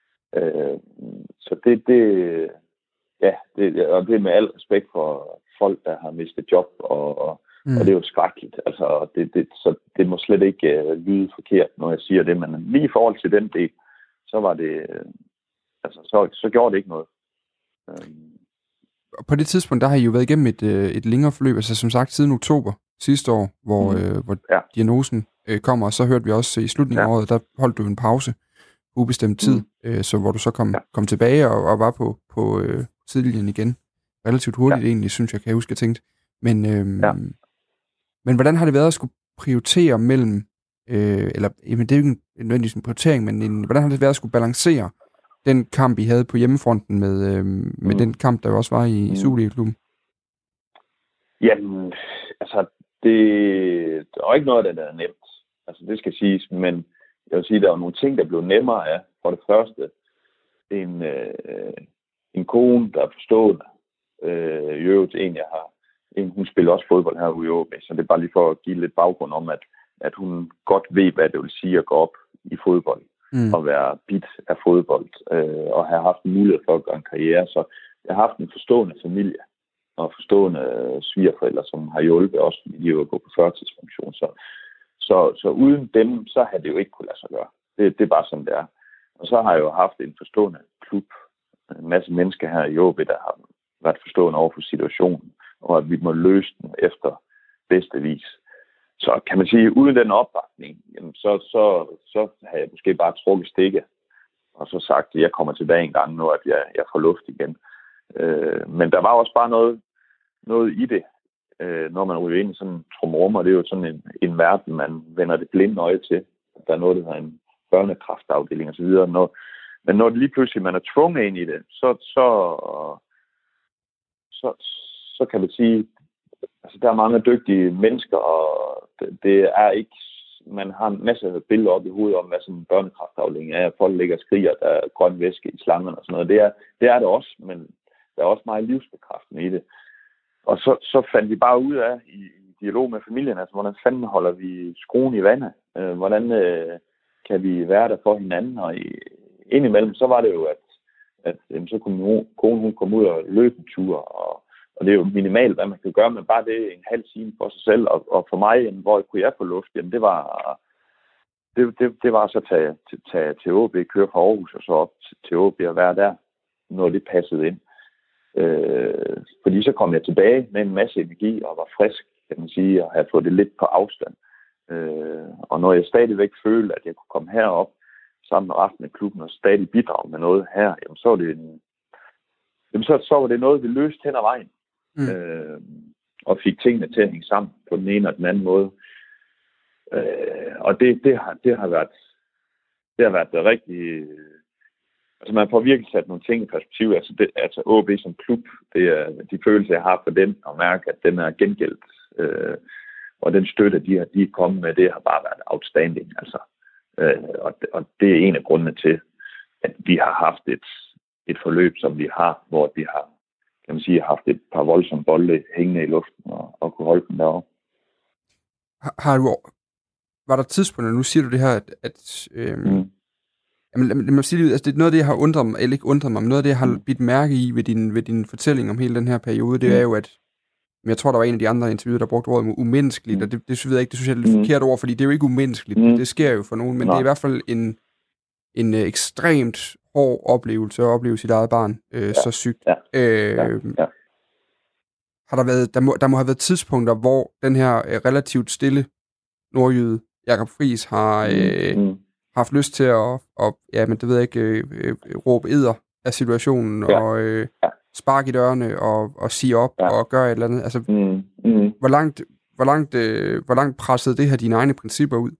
Så og det er med al respekt for folk, der har mistet job, og det er jo skrækkeligt. Altså, så det må slet ikke lyde forkert, når jeg siger det, men lige i forhold til den del, så var det, altså, så gjorde det ikke noget. På det tidspunkt, der har I jo været igennem et længere forløb, altså som sagt siden oktober sidste år, hvor diagnosen kommer, og så hørte vi også i slutningen af året, der holdt du en pause ubestemt tid, så hvor du så kom tilbage og var på sidelinjen igen. Relativt hurtigt egentlig, synes jeg, kan jeg huske, jeg tænkte. Men hvordan har det været at skulle prioritere mellem, det er jo ikke nødvendigvis en prioritering, men hvordan har det været at skulle balancere den kamp, I havde på hjemmefronten med den kamp, der jo også var i Superliga-klubben? Jamen, altså, det er ikke noget, der er nemt. Altså, det skal siges, men jeg vil sige, der er nogle ting, der blev nemmere af. For det første, en kone, der er forstående. I øvrigt, hun spiller også fodbold her ude i OB, så det er bare lige for at give lidt baggrund om, at hun godt ved, hvad det vil sige at gå op i fodbold, og være bit af fodbold, og have haft en mulighed for at gøre en karriere. Så jeg har haft en forstående familie, og forstående svigerforældre, som har hjulpet også i at gå på førtidspension. Så uden dem, så havde det jo ikke kunne lade sig gøre. Det er bare sådan, det er. Og så har jeg jo haft en forstående klub, en masse mennesker her i OB, der har været forstående over for situationen, og at vi må løse den efter bedste vis. Så kan man sige, uden den opbakning, jamen så har jeg måske bare trukket stikket, og så sagt, at jeg kommer tilbage en gang nu, at jeg får luft igen. Men der var også bare noget i det, når man ryger ind i sådan en trumrum, og det er jo sådan en verden, man vender det blinde øje til. Der er noget, der hedder en børnekræftafdeling osv. Men når det lige pludselig man er tvunget ind i det, så kan man sige, altså der er mange dygtige mennesker, og det er ikke, man har en masse billeder op i hovedet om, hvad sådan en børnekræftafdeling er. Folk ligger og skriger, der er grøn væske i slangerne og sådan noget. Det er det også, men der er også meget livsbekræftende i det. Og så fandt vi bare ud af i dialog med familien, altså hvordan fanden holder vi skruen i vandet? Hvordan kan vi være der for hinanden? Og indimellem, så var det jo, at så kunne konen komme ud og løbe en tur, og det er jo minimalt, hvad man kan gøre, men bare det en halv time for sig selv, og for mig, hvor kunne jeg få luft? Jamen, det var så at tage til OB, køre fra Aarhus og så op til OB og være der, når det passede ind. Fordi så kom jeg tilbage med en masse energi og var frisk, kan man sige, og havde fået det lidt på afstand. Og når jeg stadigvæk følte, at jeg kunne komme herop sammen med resten af klubben og stadig bidrage med noget her, jamen, så var det noget, vi løste hen ad vejen. Og fik tingene til at hænge sammen på den ene og den anden måde. Og det har været det rigtig. Altså man får virkelig sat nogle ting i perspektiv. Altså OB som klub, det er de følelser, jeg har for den, og mærke, at den er gengældt. Og den støtte, de er kommet med, det har bare været outstanding. Altså. Og det er en af grundene til, at vi har haft et forløb, som vi har, hvor vi har, kan man sige, haft et par voldsomme bolde hængende i luften og kunne holde dem deroppe. Var der tidspunkter, nu siger du det her, lad mig sige det, altså det er noget af det, jeg har undret mig, eller ikke undret mig, men noget af det, jeg har bidt mærke i ved din fortælling om hele den her periode, det er jo, at jeg tror, der var en af de andre interviewer, der brugte ordet umenneskeligt, og det synes jeg ikke, det synes jeg er lidt forkert ord, fordi det er jo ikke umenneskeligt, det sker jo for nogen, men det er i hvert fald en ekstremt hård oplevelse at opleve sit eget barn så sygt. Har der må have været tidspunkter, hvor den her relativt stille nordjyde, Jakob Friis, har haft lyst til at men det ved jeg ikke, råbe edder af situationen, og sparke i dørene, og sige op, og gøre et eller andet. Altså, hvor langt pressede det her dine egne principper ud?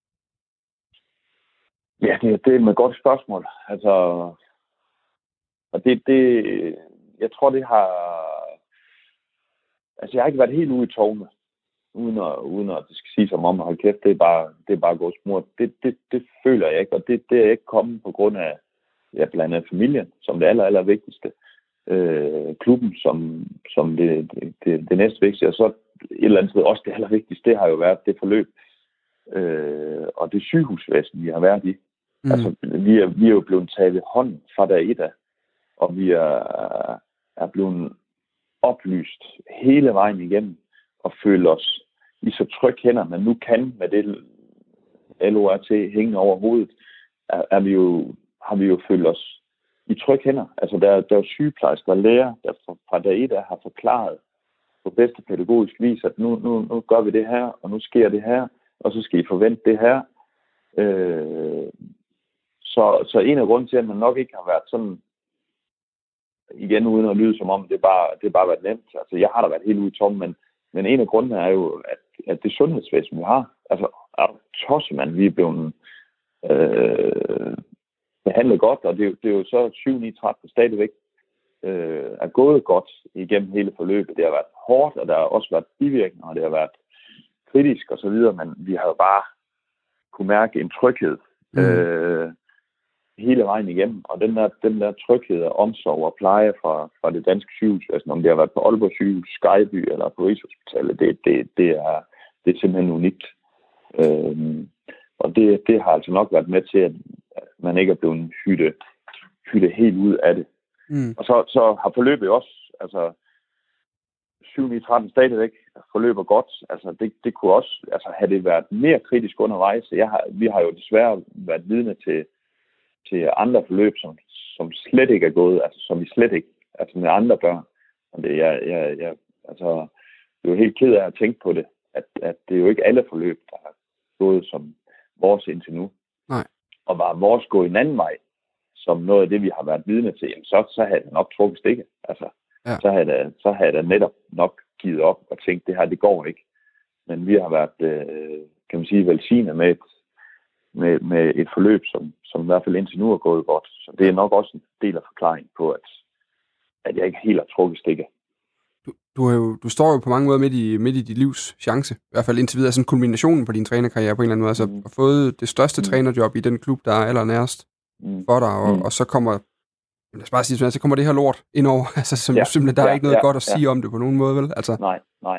Ja, det er et godt spørgsmål. Altså, og jeg tror, det har. Altså, jeg har ikke været helt ude i tårne, uden at det skal sige som om, hold kæft, det er bare gået smurt. Det føler jeg ikke, og det er ikke kommet på grund af, blandt andet familien, som det aller vigtigste. Klubben som det næste vigtigste, og så et eller andet sted også det allervigtigste, det har jo været det forløb, og det sygehusvæsen, vi har været i. Altså, vi er jo blevet taget ved hånden fra dag et af, og vi er blevet oplyst hele vejen igennem, og føler os i så tryg hænder, man nu kan med det LORT hængende over hovedet, har vi jo følt os i tryg hænder. Altså, der er sygeplejersker og læger, der fra dag et har forklaret på bedste pædagogisk vis, at nu gør vi det her, og nu sker det her, og så skal I forvente det her. Så en af grunden til, at man nok ikke har været sådan igen uden at lyde som om, det bare været nemt. Altså, jeg har da været helt ude i tom, men en af grundene er jo, at det sundhedsvæsen, vi har, altså, tossemand, vi er blevet behandlet godt, og det er jo så 7-9-13 stadigvæk er gået godt igennem hele forløbet. Det har været hårdt, og der har også været bivirkninger, og det har været kritisk og så videre, men vi har jo bare kunne mærke en tryghed hele vejen igennem, og den der tryghed og omsorg og pleje fra det danske sygehusvæsen, om det har været på Aalborg Sygehus, Skyby eller på Rigshospitalet, det er simpelthen unikt. Og det har altså nok været med til, at man ikke er blevet hyttet helt ud af det. Og så har forløbet også, altså 7-9-13 stadigvæk forløber godt. Altså det kunne også, altså havde det været mere kritisk undervejs. Vi har jo desværre været vidne til andre forløb, som slet ikke er gået, altså som vi slet ikke, altså med andre børn. Og det, jeg er jo helt ked af at tænke på det, at det er jo ikke alle forløb, der er gået som vores indtil nu. Nej. Og var vores gå en anden vej, som noget af det, vi har været vidne til, jamen så havde det nok trukket stikket. Altså, ja. så havde det netop nok givet op og tænkt, det her, det går ikke. Men vi har været, kan man sige, velsignet med et forløb, som i hvert fald indtil nu er gået godt. Så det er nok også en del af forklaringen på, at jeg ikke helt har trukket stikket. Du står jo på mange måder midt i dit livs chance. I hvert fald indtil videre sådan kulminationen på din trænerkarriere på en eller anden måde. Altså har fået det største trænerjob i den klub, der er allernærest for dig, og så kommer, lad os bare sige, så kommer det her lort indover. Altså simpelthen, der er ikke noget godt at sige om det på nogen måde, vel? Altså, Nej.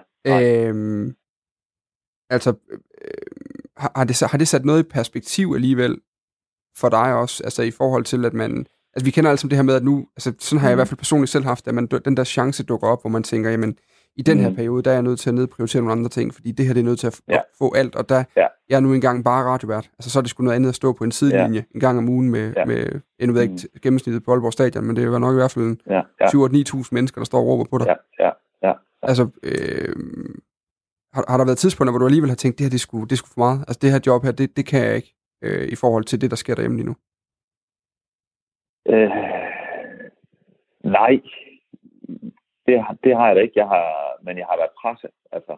Har det sat noget i perspektiv alligevel for dig også? Altså i forhold til, at man... Altså vi kender altså det her med, at nu... Altså sådan har jeg i hvert fald personligt selv haft, at den der chance dukker op, hvor man tænker, jamen i den her periode, der er jeg nødt til at nedprioritere nogle andre ting, fordi det her det er nødt til at få alt, og der jeg er nu engang bare radiovært. Altså så er det sgu noget andet at stå på en sidelinje en gang om ugen med endnu ved ikke gennemsnittet på Aalborg Stadion, men det var nok i hvert fald 7-9.000 mennesker, der står og råber på dig. Ja. Altså, har der været tidspunkter, hvor du alligevel har tænkt, det her det er sgu for meget? Altså det her job her, det kan jeg ikke i forhold til det, der sker derhjemme lige nu? Nej. Det har jeg da ikke. Men jeg har været presset, altså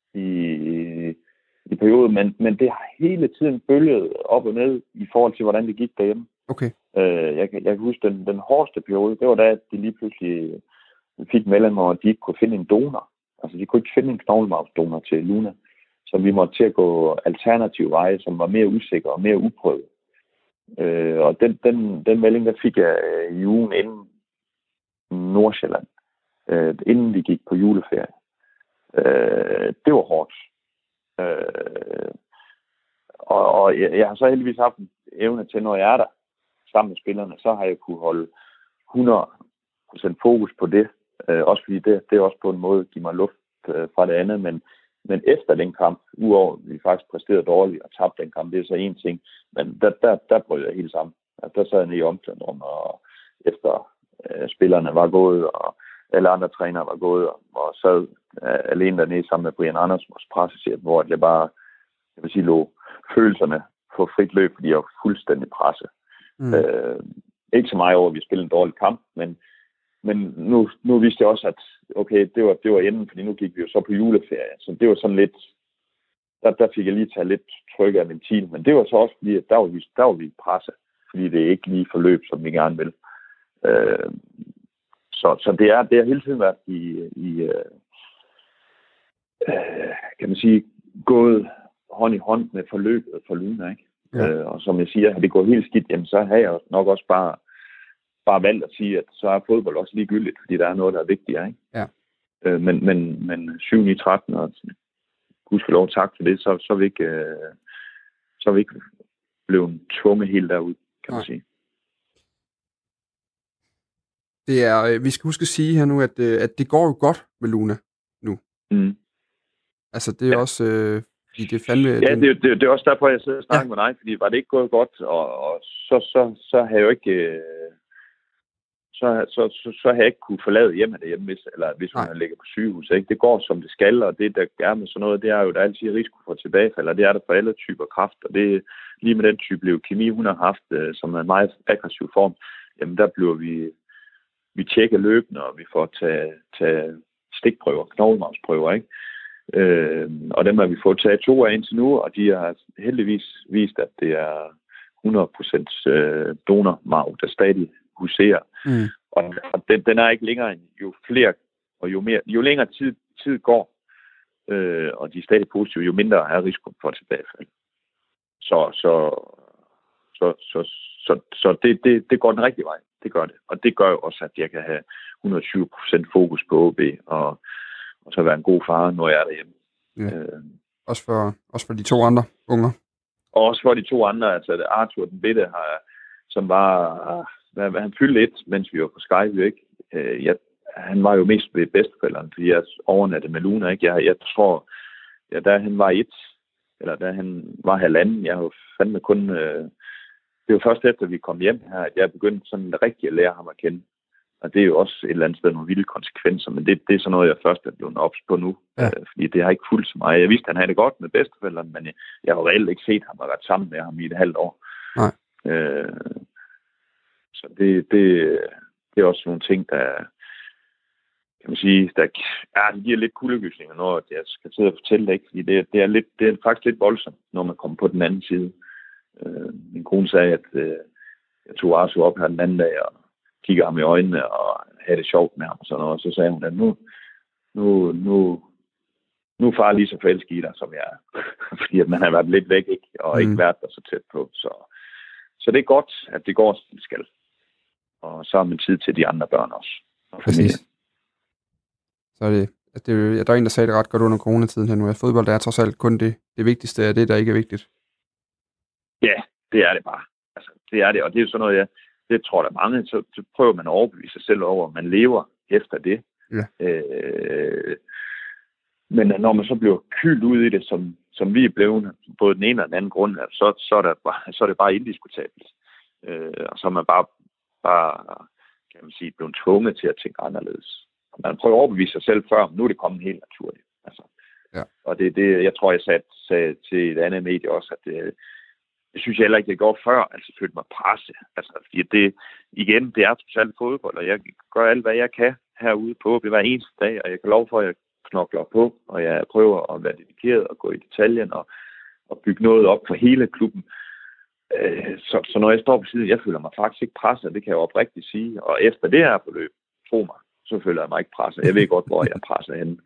i perioden, men det har hele tiden bølget op og ned i forhold til, hvordan det gik derhjemme. Okay. Jeg kan huske, den hårdeste periode, det var da, at de lige pludselig fik melding om, at de ikke kunne finde en donor. Altså, de kunne ikke finde en knoglemarvsdonor til Luna. Så vi måtte til at gå alternative veje, som var mere usikre og mere uprøvet. Og den melding, der fik jeg i ugen inden Nordsjælland, inden vi gik på juleferie. Det var hårdt. Og jeg har så heldigvis haft en evne til, når jeg er der sammen med spillerne, så har jeg kunne holde 100% fokus på det. Også fordi det er også på en måde give mig luft fra det andet. Men efter den kamp, udover at vi faktisk præsterede dårligt og tabte den kamp, det er så en ting. Men der brød jeg helt sammen. Altså, der sad jeg nede i omklædningsrummet, og efter spillerne var gået, og alle andre trænere var gået, og sad alene dernede sammen med Brian Andersen, vores pressechef, hvor jeg bare, jeg vil sige, lå følelserne på frit løb, fordi jeg var fuldstændig presset. Ikke så meget over, at vi spillede en dårlig kamp, men nu vidste jeg også, at okay, det var enden, fordi nu gik vi jo så på juleferie, så det var sådan lidt, der fik jeg lige taget lidt tryk af ventil, men det var så også fordi, at der var vi presset, fordi det ikke lige forløb, som vi gerne vil. Så det har hele tiden været i kan man sige, gået hånd i hånd med forløbet for Luna, ikke? Ja. Og som jeg siger, at det går helt skidt, jamen så har jeg nok også bare valgt at sige, at så er fodbold også ligegyldigt, fordi der er noget, der er vigtigere, ikke? Ja. Men 7-9-13, og gudskelov tak for det, så er vi ikke blevet tvunget helt derud, kan man sige. Det er, vi skal huske at sige her nu, at det går jo godt med Luna nu. Altså det er også, fordi det er fandme... Ja, det er også derfor, jeg sidder og snakker med dig, fordi var det ikke gået godt, og så har jeg jo ikke... Så har jeg ikke kunne forlade hjemme derhjemme, hvis hun ligger på sygehus. Ikke? Det går, som det skal, og det, der er med sådan noget, det er jo, der er altid risiko for tilbagefald, og det er der for alle typer kræft, og det lige med den type leukemi, hun har haft, som er en meget aggressiv form, jamen der bliver vi vi tjekker løbende, og vi får taget stikprøver, knoglemarvsprøver, ikke? Og dem har vi fået taget 2 af indtil nu, og de har heldigvis vist, at det er 100% donormarv, der stadig huserer. Og den er ikke længere, jo flere og jo længere tid går, og de er stadig positive, jo mindre er risikoen for tilbagefald. Så det går den rigtige vej. Det gør det. Og det gør jo også, at jeg kan have 120% fokus på OB, og så være en god far, når jeg er derhjemme. Ja. Også for de 2 andre unger. Og også for de 2 andre, altså Arthur den Bitte, som var, han fyldte 1, mens vi var på Skype, ikke? Han var jo mest ved bedsteforældrene, fordi jeg overnattede med Luna, ikke? Jeg tror, da han var 1, eller da han var 1,5, jeg har jo fandme kun... det var først efter, vi kom hjem her, at jeg begyndte sådan rigtig at lære ham at kende. Og det er jo også et eller andet sted nogle vilde konsekvenser, men det er sådan noget, jeg først er blevet ops på nu. Ja. Fordi det har ikke fulgt så meget. Jeg vidste, at han havde det godt med bedsteforældrene, men jeg har reelt ikke set ham og været sammen med ham i et halvt år. Nej. Så det er også nogle ting, der kan man sige, der giver lidt kuldegysninger, når jeg skal sidde og fortælle det, ikke? Fordi det er faktisk lidt voldsomt, når man kommer på den anden side. Min kone sagde, at jeg tog Arthur op her den anden dag og kigger ham i øjnene og havde det sjovt med ham og sådan noget. Og så sagde hun, at nu er far lige så forelsket i dig, som jeg er. Fordi at man har været lidt væk, ikke? Og ikke været der så tæt på. Så det er godt, at det går, som det skal. Og så har man tid til de andre børn også. Præcis. Så der er en, der sagde det ret godt under coronatiden her nu, at fodbold er trods alt kun det vigtigste af det, der ikke er vigtigt. Ja, det er det bare. Altså, det er det, og det er jo sådan noget, det tror jeg mange, så prøver man at overbevise sig selv over, at man lever efter det. Ja. Men når man så bliver kylt ud i det, som vi er blevet, både den ene og den anden grund, så er det bare indiskutabelt. Og så er man bare kan man sige, blevet tvunget til at tænke anderledes. Og man prøver at overbevise sig selv før, men nu er det kommet helt naturligt. Altså. Ja. Og det, jeg tror, jeg sagde til et andet medie også, at det synes jeg heller ikke, det går før, altså følte mig presse. Altså, fordi det er totalt fodbold, og jeg gør alt, hvad jeg kan herude på hver eneste dag, og jeg kan love for, at jeg knokler på, og jeg prøver at være dedikeret og gå i detaljen og bygge noget op for hele klubben. Så når jeg står på siden, jeg føler mig faktisk ikke presset, det kan jeg oprigtigt sige. Og efter det her forløb, tro mig, så føler jeg mig ikke presset. Jeg ved godt, hvor jeg presser henne.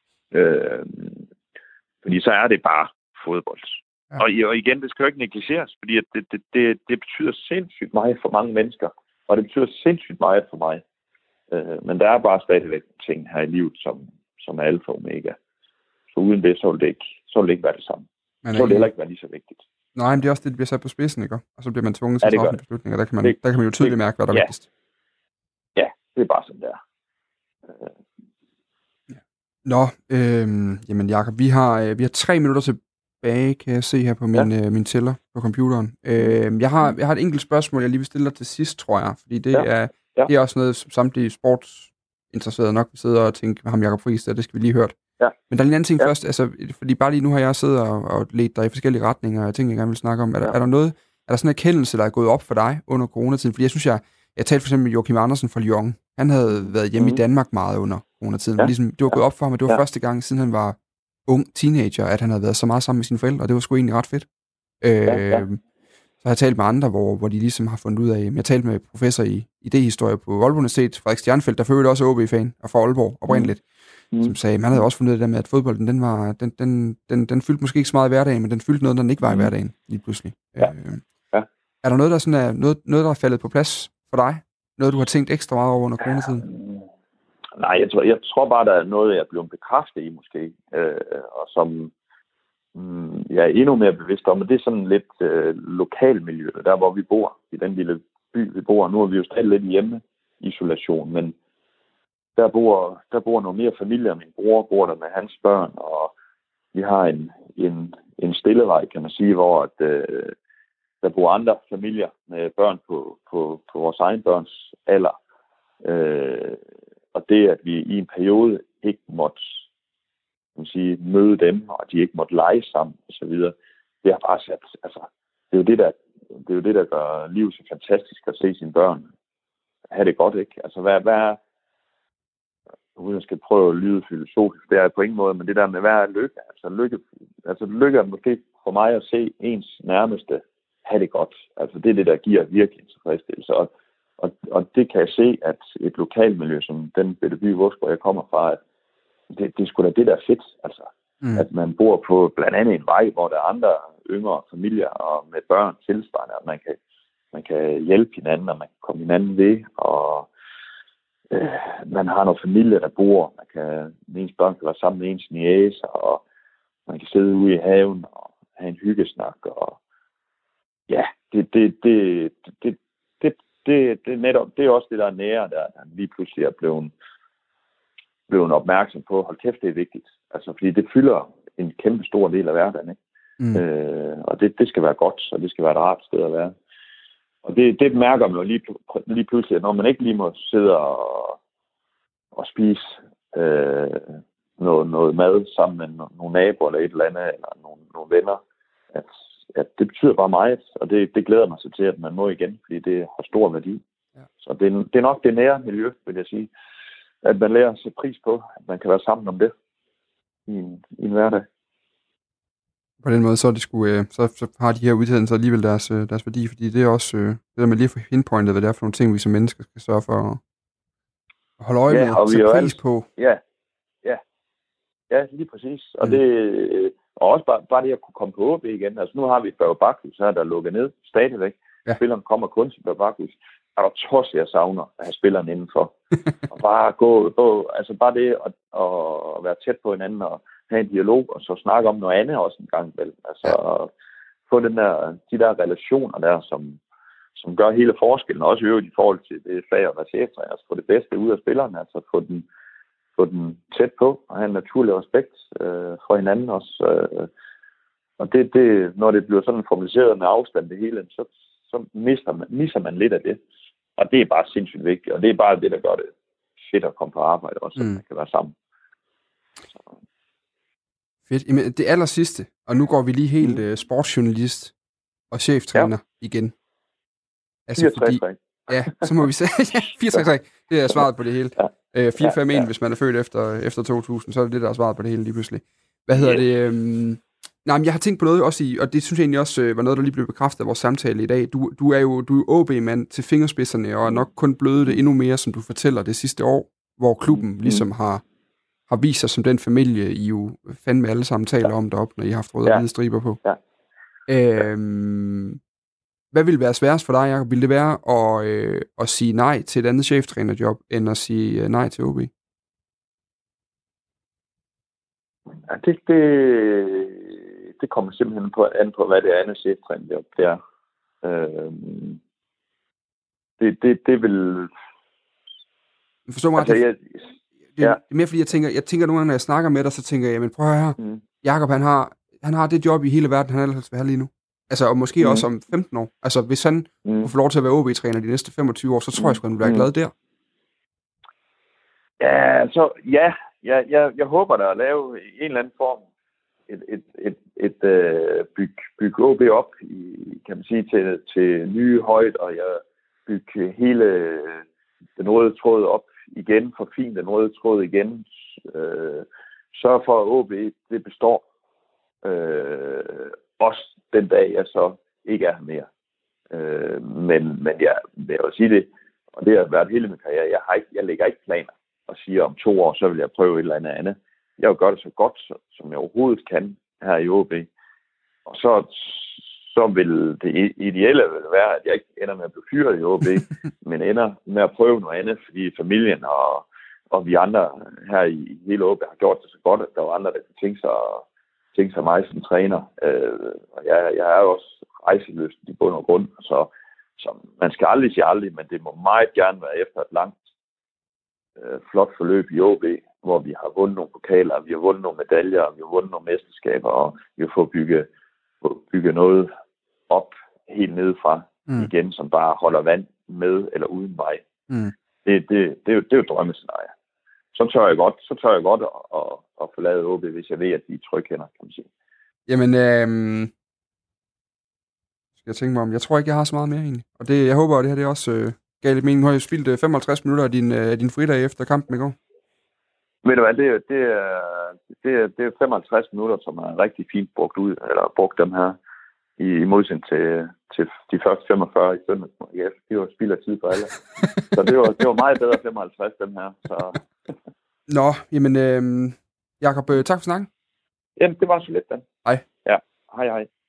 Fordi så er det bare fodbold. Ja. Og igen, det skal jo ikke negligeres, fordi det betyder sindssygt meget for mange mennesker, og det betyder sindssygt meget for mig. Men der er bare stadigvæk ting her i livet, som er alfa og omega. Så uden det, så vil det ikke være det samme. Så vil det heller ikke være lige så vigtigt. Nej, men det er også det, der bliver sat på spidsen, ikke? Og så bliver man tvunget til at træffe en beslutning, og der kan man jo tydeligt mærke, hvad der er vigtigst. Ja, det er bare sådan der. Nå, jamen Jakob, vi har 3 minutter tilbage, kan jeg se her på min tæller på computeren. Jeg har et enkelt spørgsmål, jeg lige vil stille dig til sidst, tror jeg, fordi det er også noget, som samtlige sportsinteresserede nok vil sidde og tænke, ham Jakob Friis, det skal vi lige høre. Ja. Men der er en anden ting først, altså, fordi bare lige nu har jeg siddet og ledt dig i forskellige retninger, og jeg tænker, jeg gerne vil snakke om, er der sådan en erkendelse, der er gået op for dig under coronatiden? Fordi jeg synes, jeg talte for eksempel med Joachim Andersen fra Lyon. Han havde været hjemme i Danmark meget under coronatiden. Ja. Ligesom, det var gået op for ham, at det var første gang, siden han var ung teenager, at han havde været så meget sammen med sine forældre, og det var sgu egentlig ret fedt. Så har jeg talt med andre, hvor de ligesom har fundet ud af, jeg talte med professor i idéhistorie på Aalborg Universitet, Frederik Stjernfeldt, der følte også OB-fan, og fra Aalborg oprindeligt, som sagde, man havde også fundet ud af det med, at fodbolden, den fyldte måske ikke så meget i hverdagen, men den fyldte noget, der ikke var i hverdagen, lige pludselig. Er der noget, der sådan er, noget, der er faldet på plads for dig? Noget, du har tænkt ekstra meget over under coronatiden? Nej, jeg tror bare, der er noget, jeg er blevet bekræftet i måske, og som jeg er endnu mere bevidst om, og det er sådan lidt lokalmiljø, der hvor vi bor, i den lille by, vi bor. Nu er vi jo stadig lidt hjemmeisolation, men der bor noget mere familie. Min bror bor der med hans børn, og vi har en stillevej, kan man sige, hvor der bor andre familier med børn på vores egen børns alder. Og det, at vi i en periode ikke måtte møde dem, og de ikke måtte lege sammen osv., det har bare sat, altså, det er jo det, der gør livet så fantastisk at se sine børn have det godt, ikke? Altså, hvad er, uden jeg skal prøve at lyde filosofisk, det er på ingen måde, men det der med, hvad er lykke? Altså lykke er måske for mig at se ens nærmeste have det godt. Altså, det er det, der giver virkelig tilfredsstillelse. Og det kan jeg se, at et lokalmiljø, som den bitte by, hvor jeg kommer fra, at det er sgu da det, der er fedt. Altså, at man bor på blandt andet en vej, hvor der er andre yngre familier og med børn tilsvarende, og man kan hjælpe hinanden, og man kan komme hinanden ved, og man har nogle familie, der bor. Ens børn kan være sammen med ens niece, og man kan sidde ude i haven og have en hyggesnak. Og ja, det er netop, det er også det, der er nære, der lige pludselig er blevet opmærksom på. Hold kæft, det er vigtigt. Altså, fordi det fylder en kæmpe stor del af hverdagen, ikke? Og det skal være godt, og det skal være et rart sted at være. Og det mærker man jo lige pludselig, at når man ikke lige må sidde og spise noget mad sammen med nogle naboer eller et eller andet, eller nogle venner, at det betyder bare meget, og det glæder mig så til, at man må igen, fordi det har stor værdi. Ja. Så det er nok det nære miljø, vil jeg sige, at man lærer at sætte pris på, at man kan være sammen om det i en hverdag. På den måde, så har de her uddannelser alligevel deres værdi, fordi det er også det der med lige at få pinpointet, hvad det er for nogle ting, vi som mennesker skal sørge for at holde øje med og sætte pris på. Ja, lige præcis. Og og også bare det at kunne komme på OB igen. Altså nu har vi Børge Bakhus her, der er lukket ned stadigvæk. Ja. Spilleren kommer kun til Børge Bakhus. Og der trods jeg savner at have spilleren indenfor. Og bare gå, altså bare det at være tæt på hinanden og have en dialog, og så snakke om noget andet også en gang vel. Altså få de der relationer der, som gør hele forskellen, også i forhold til det fag at være cheftræner, altså få det bedste ud af spillerne, altså få den tæt på og have en naturlig respekt for hinanden også. Og det, når det bliver sådan formaliseret med afstand det hele, så misser man lidt af det. Og det er bare sindssygt vigtigt, og det er bare det, der gør det fedt at komme på arbejde også, så man kan være sammen. Så. Fedt. Jamen, det aller sidste, og nu går vi lige helt sportsjournalist og cheftræner igen. Altså fordi, ja, så må vi se. 4-3-3, det er svaret på det hele. 4-5-1, hvis man er født efter 2000, så er det der er svaret på det hele lige pludselig. Hvad hedder det? Nej, men jeg har tænkt på noget også og det synes jeg egentlig også var noget, der lige blev bekræftet af vores samtale i dag. Du er jo OB-mand til fingerspidserne, og er nok kun blevet det endnu mere, som du fortæller det sidste år, hvor klubben ligesom har vist sig som den familie, I jo fandme alle sammen taler om deroppe, når I har haft røde og hvide striber på. Ja. Hvad ville være sværest for dig, Jacob? Ville det være at sige nej til et andet cheftrænerjob, end at sige nej til OB? Ja, det kommer simpelthen an på, hvad det andet cheftrænerjob er. Det vil... Forstår mig altså, det er mere fordi, jeg tænker nogle gange, når jeg snakker med dig, så tænker jeg, men prøv at høre her. Jacob, han har det job i hele verden, han ellers vil have lige nu. Altså, og måske også om 15 år. Altså, hvis han kunne få lov til at være OB-træner de næste 25 år, så tror jeg sgu, han ville være glad der. Ja, så jeg håber da at lave en eller anden form bygge OB op kan man sige, til nye højder, og jeg bygge hele den røde tråd op igen, forfine den røde tråd igen, sørge for, at OB det består. Også den dag, jeg så ikke er her mere. Men jeg vil sige det, og det har været hele min karriere, jeg lægger ikke planer og siger, om 2 år, så vil jeg prøve et eller andet. Jeg vil gøre det så godt, som jeg overhovedet kan her i OB. Og så vil det ideelle være, at jeg ikke ender med at blive fyret i OB, men ender med at prøve noget andet, fordi familien og vi andre her i hele OB har gjort det så godt, at der var andre, der kunne tænke sig mig som træner. Og jeg er jo også rejseløst i bund og grund, så man skal aldrig sige aldrig, men det må meget gerne være efter et langt, flot forløb i OB, hvor vi har vundet nogle pokaler, vi har vundet nogle medaljer, vi har vundet nogle mesterskaber, og vi har fået bygge noget op helt nedefra igen, som bare holder vand med eller uden vej. Det er jo drømmescenarie. Så tør jeg godt at forlade OB, hvis jeg ved, at de er trygge hænder, kan man sige. Jamen, skal jeg tænke mig om. Jeg tror ikke, jeg har så meget mere egentlig. Og det, jeg håber, at det her det også galt mening. Nu har jo spildt 55 minutter af din fridag efter kampen i går. Ved du hvad, det er 55 minutter, som er rigtig fint brugt dem her, i modsætning til de første 45 i søndag. Ja, det var spild af tid for alle. Så det var meget bedre 55, dem her. Så. Nå, jamen, Jakob, tak for snakken. Jamen, det var så lidt, Dan. Hej. Ja, hej.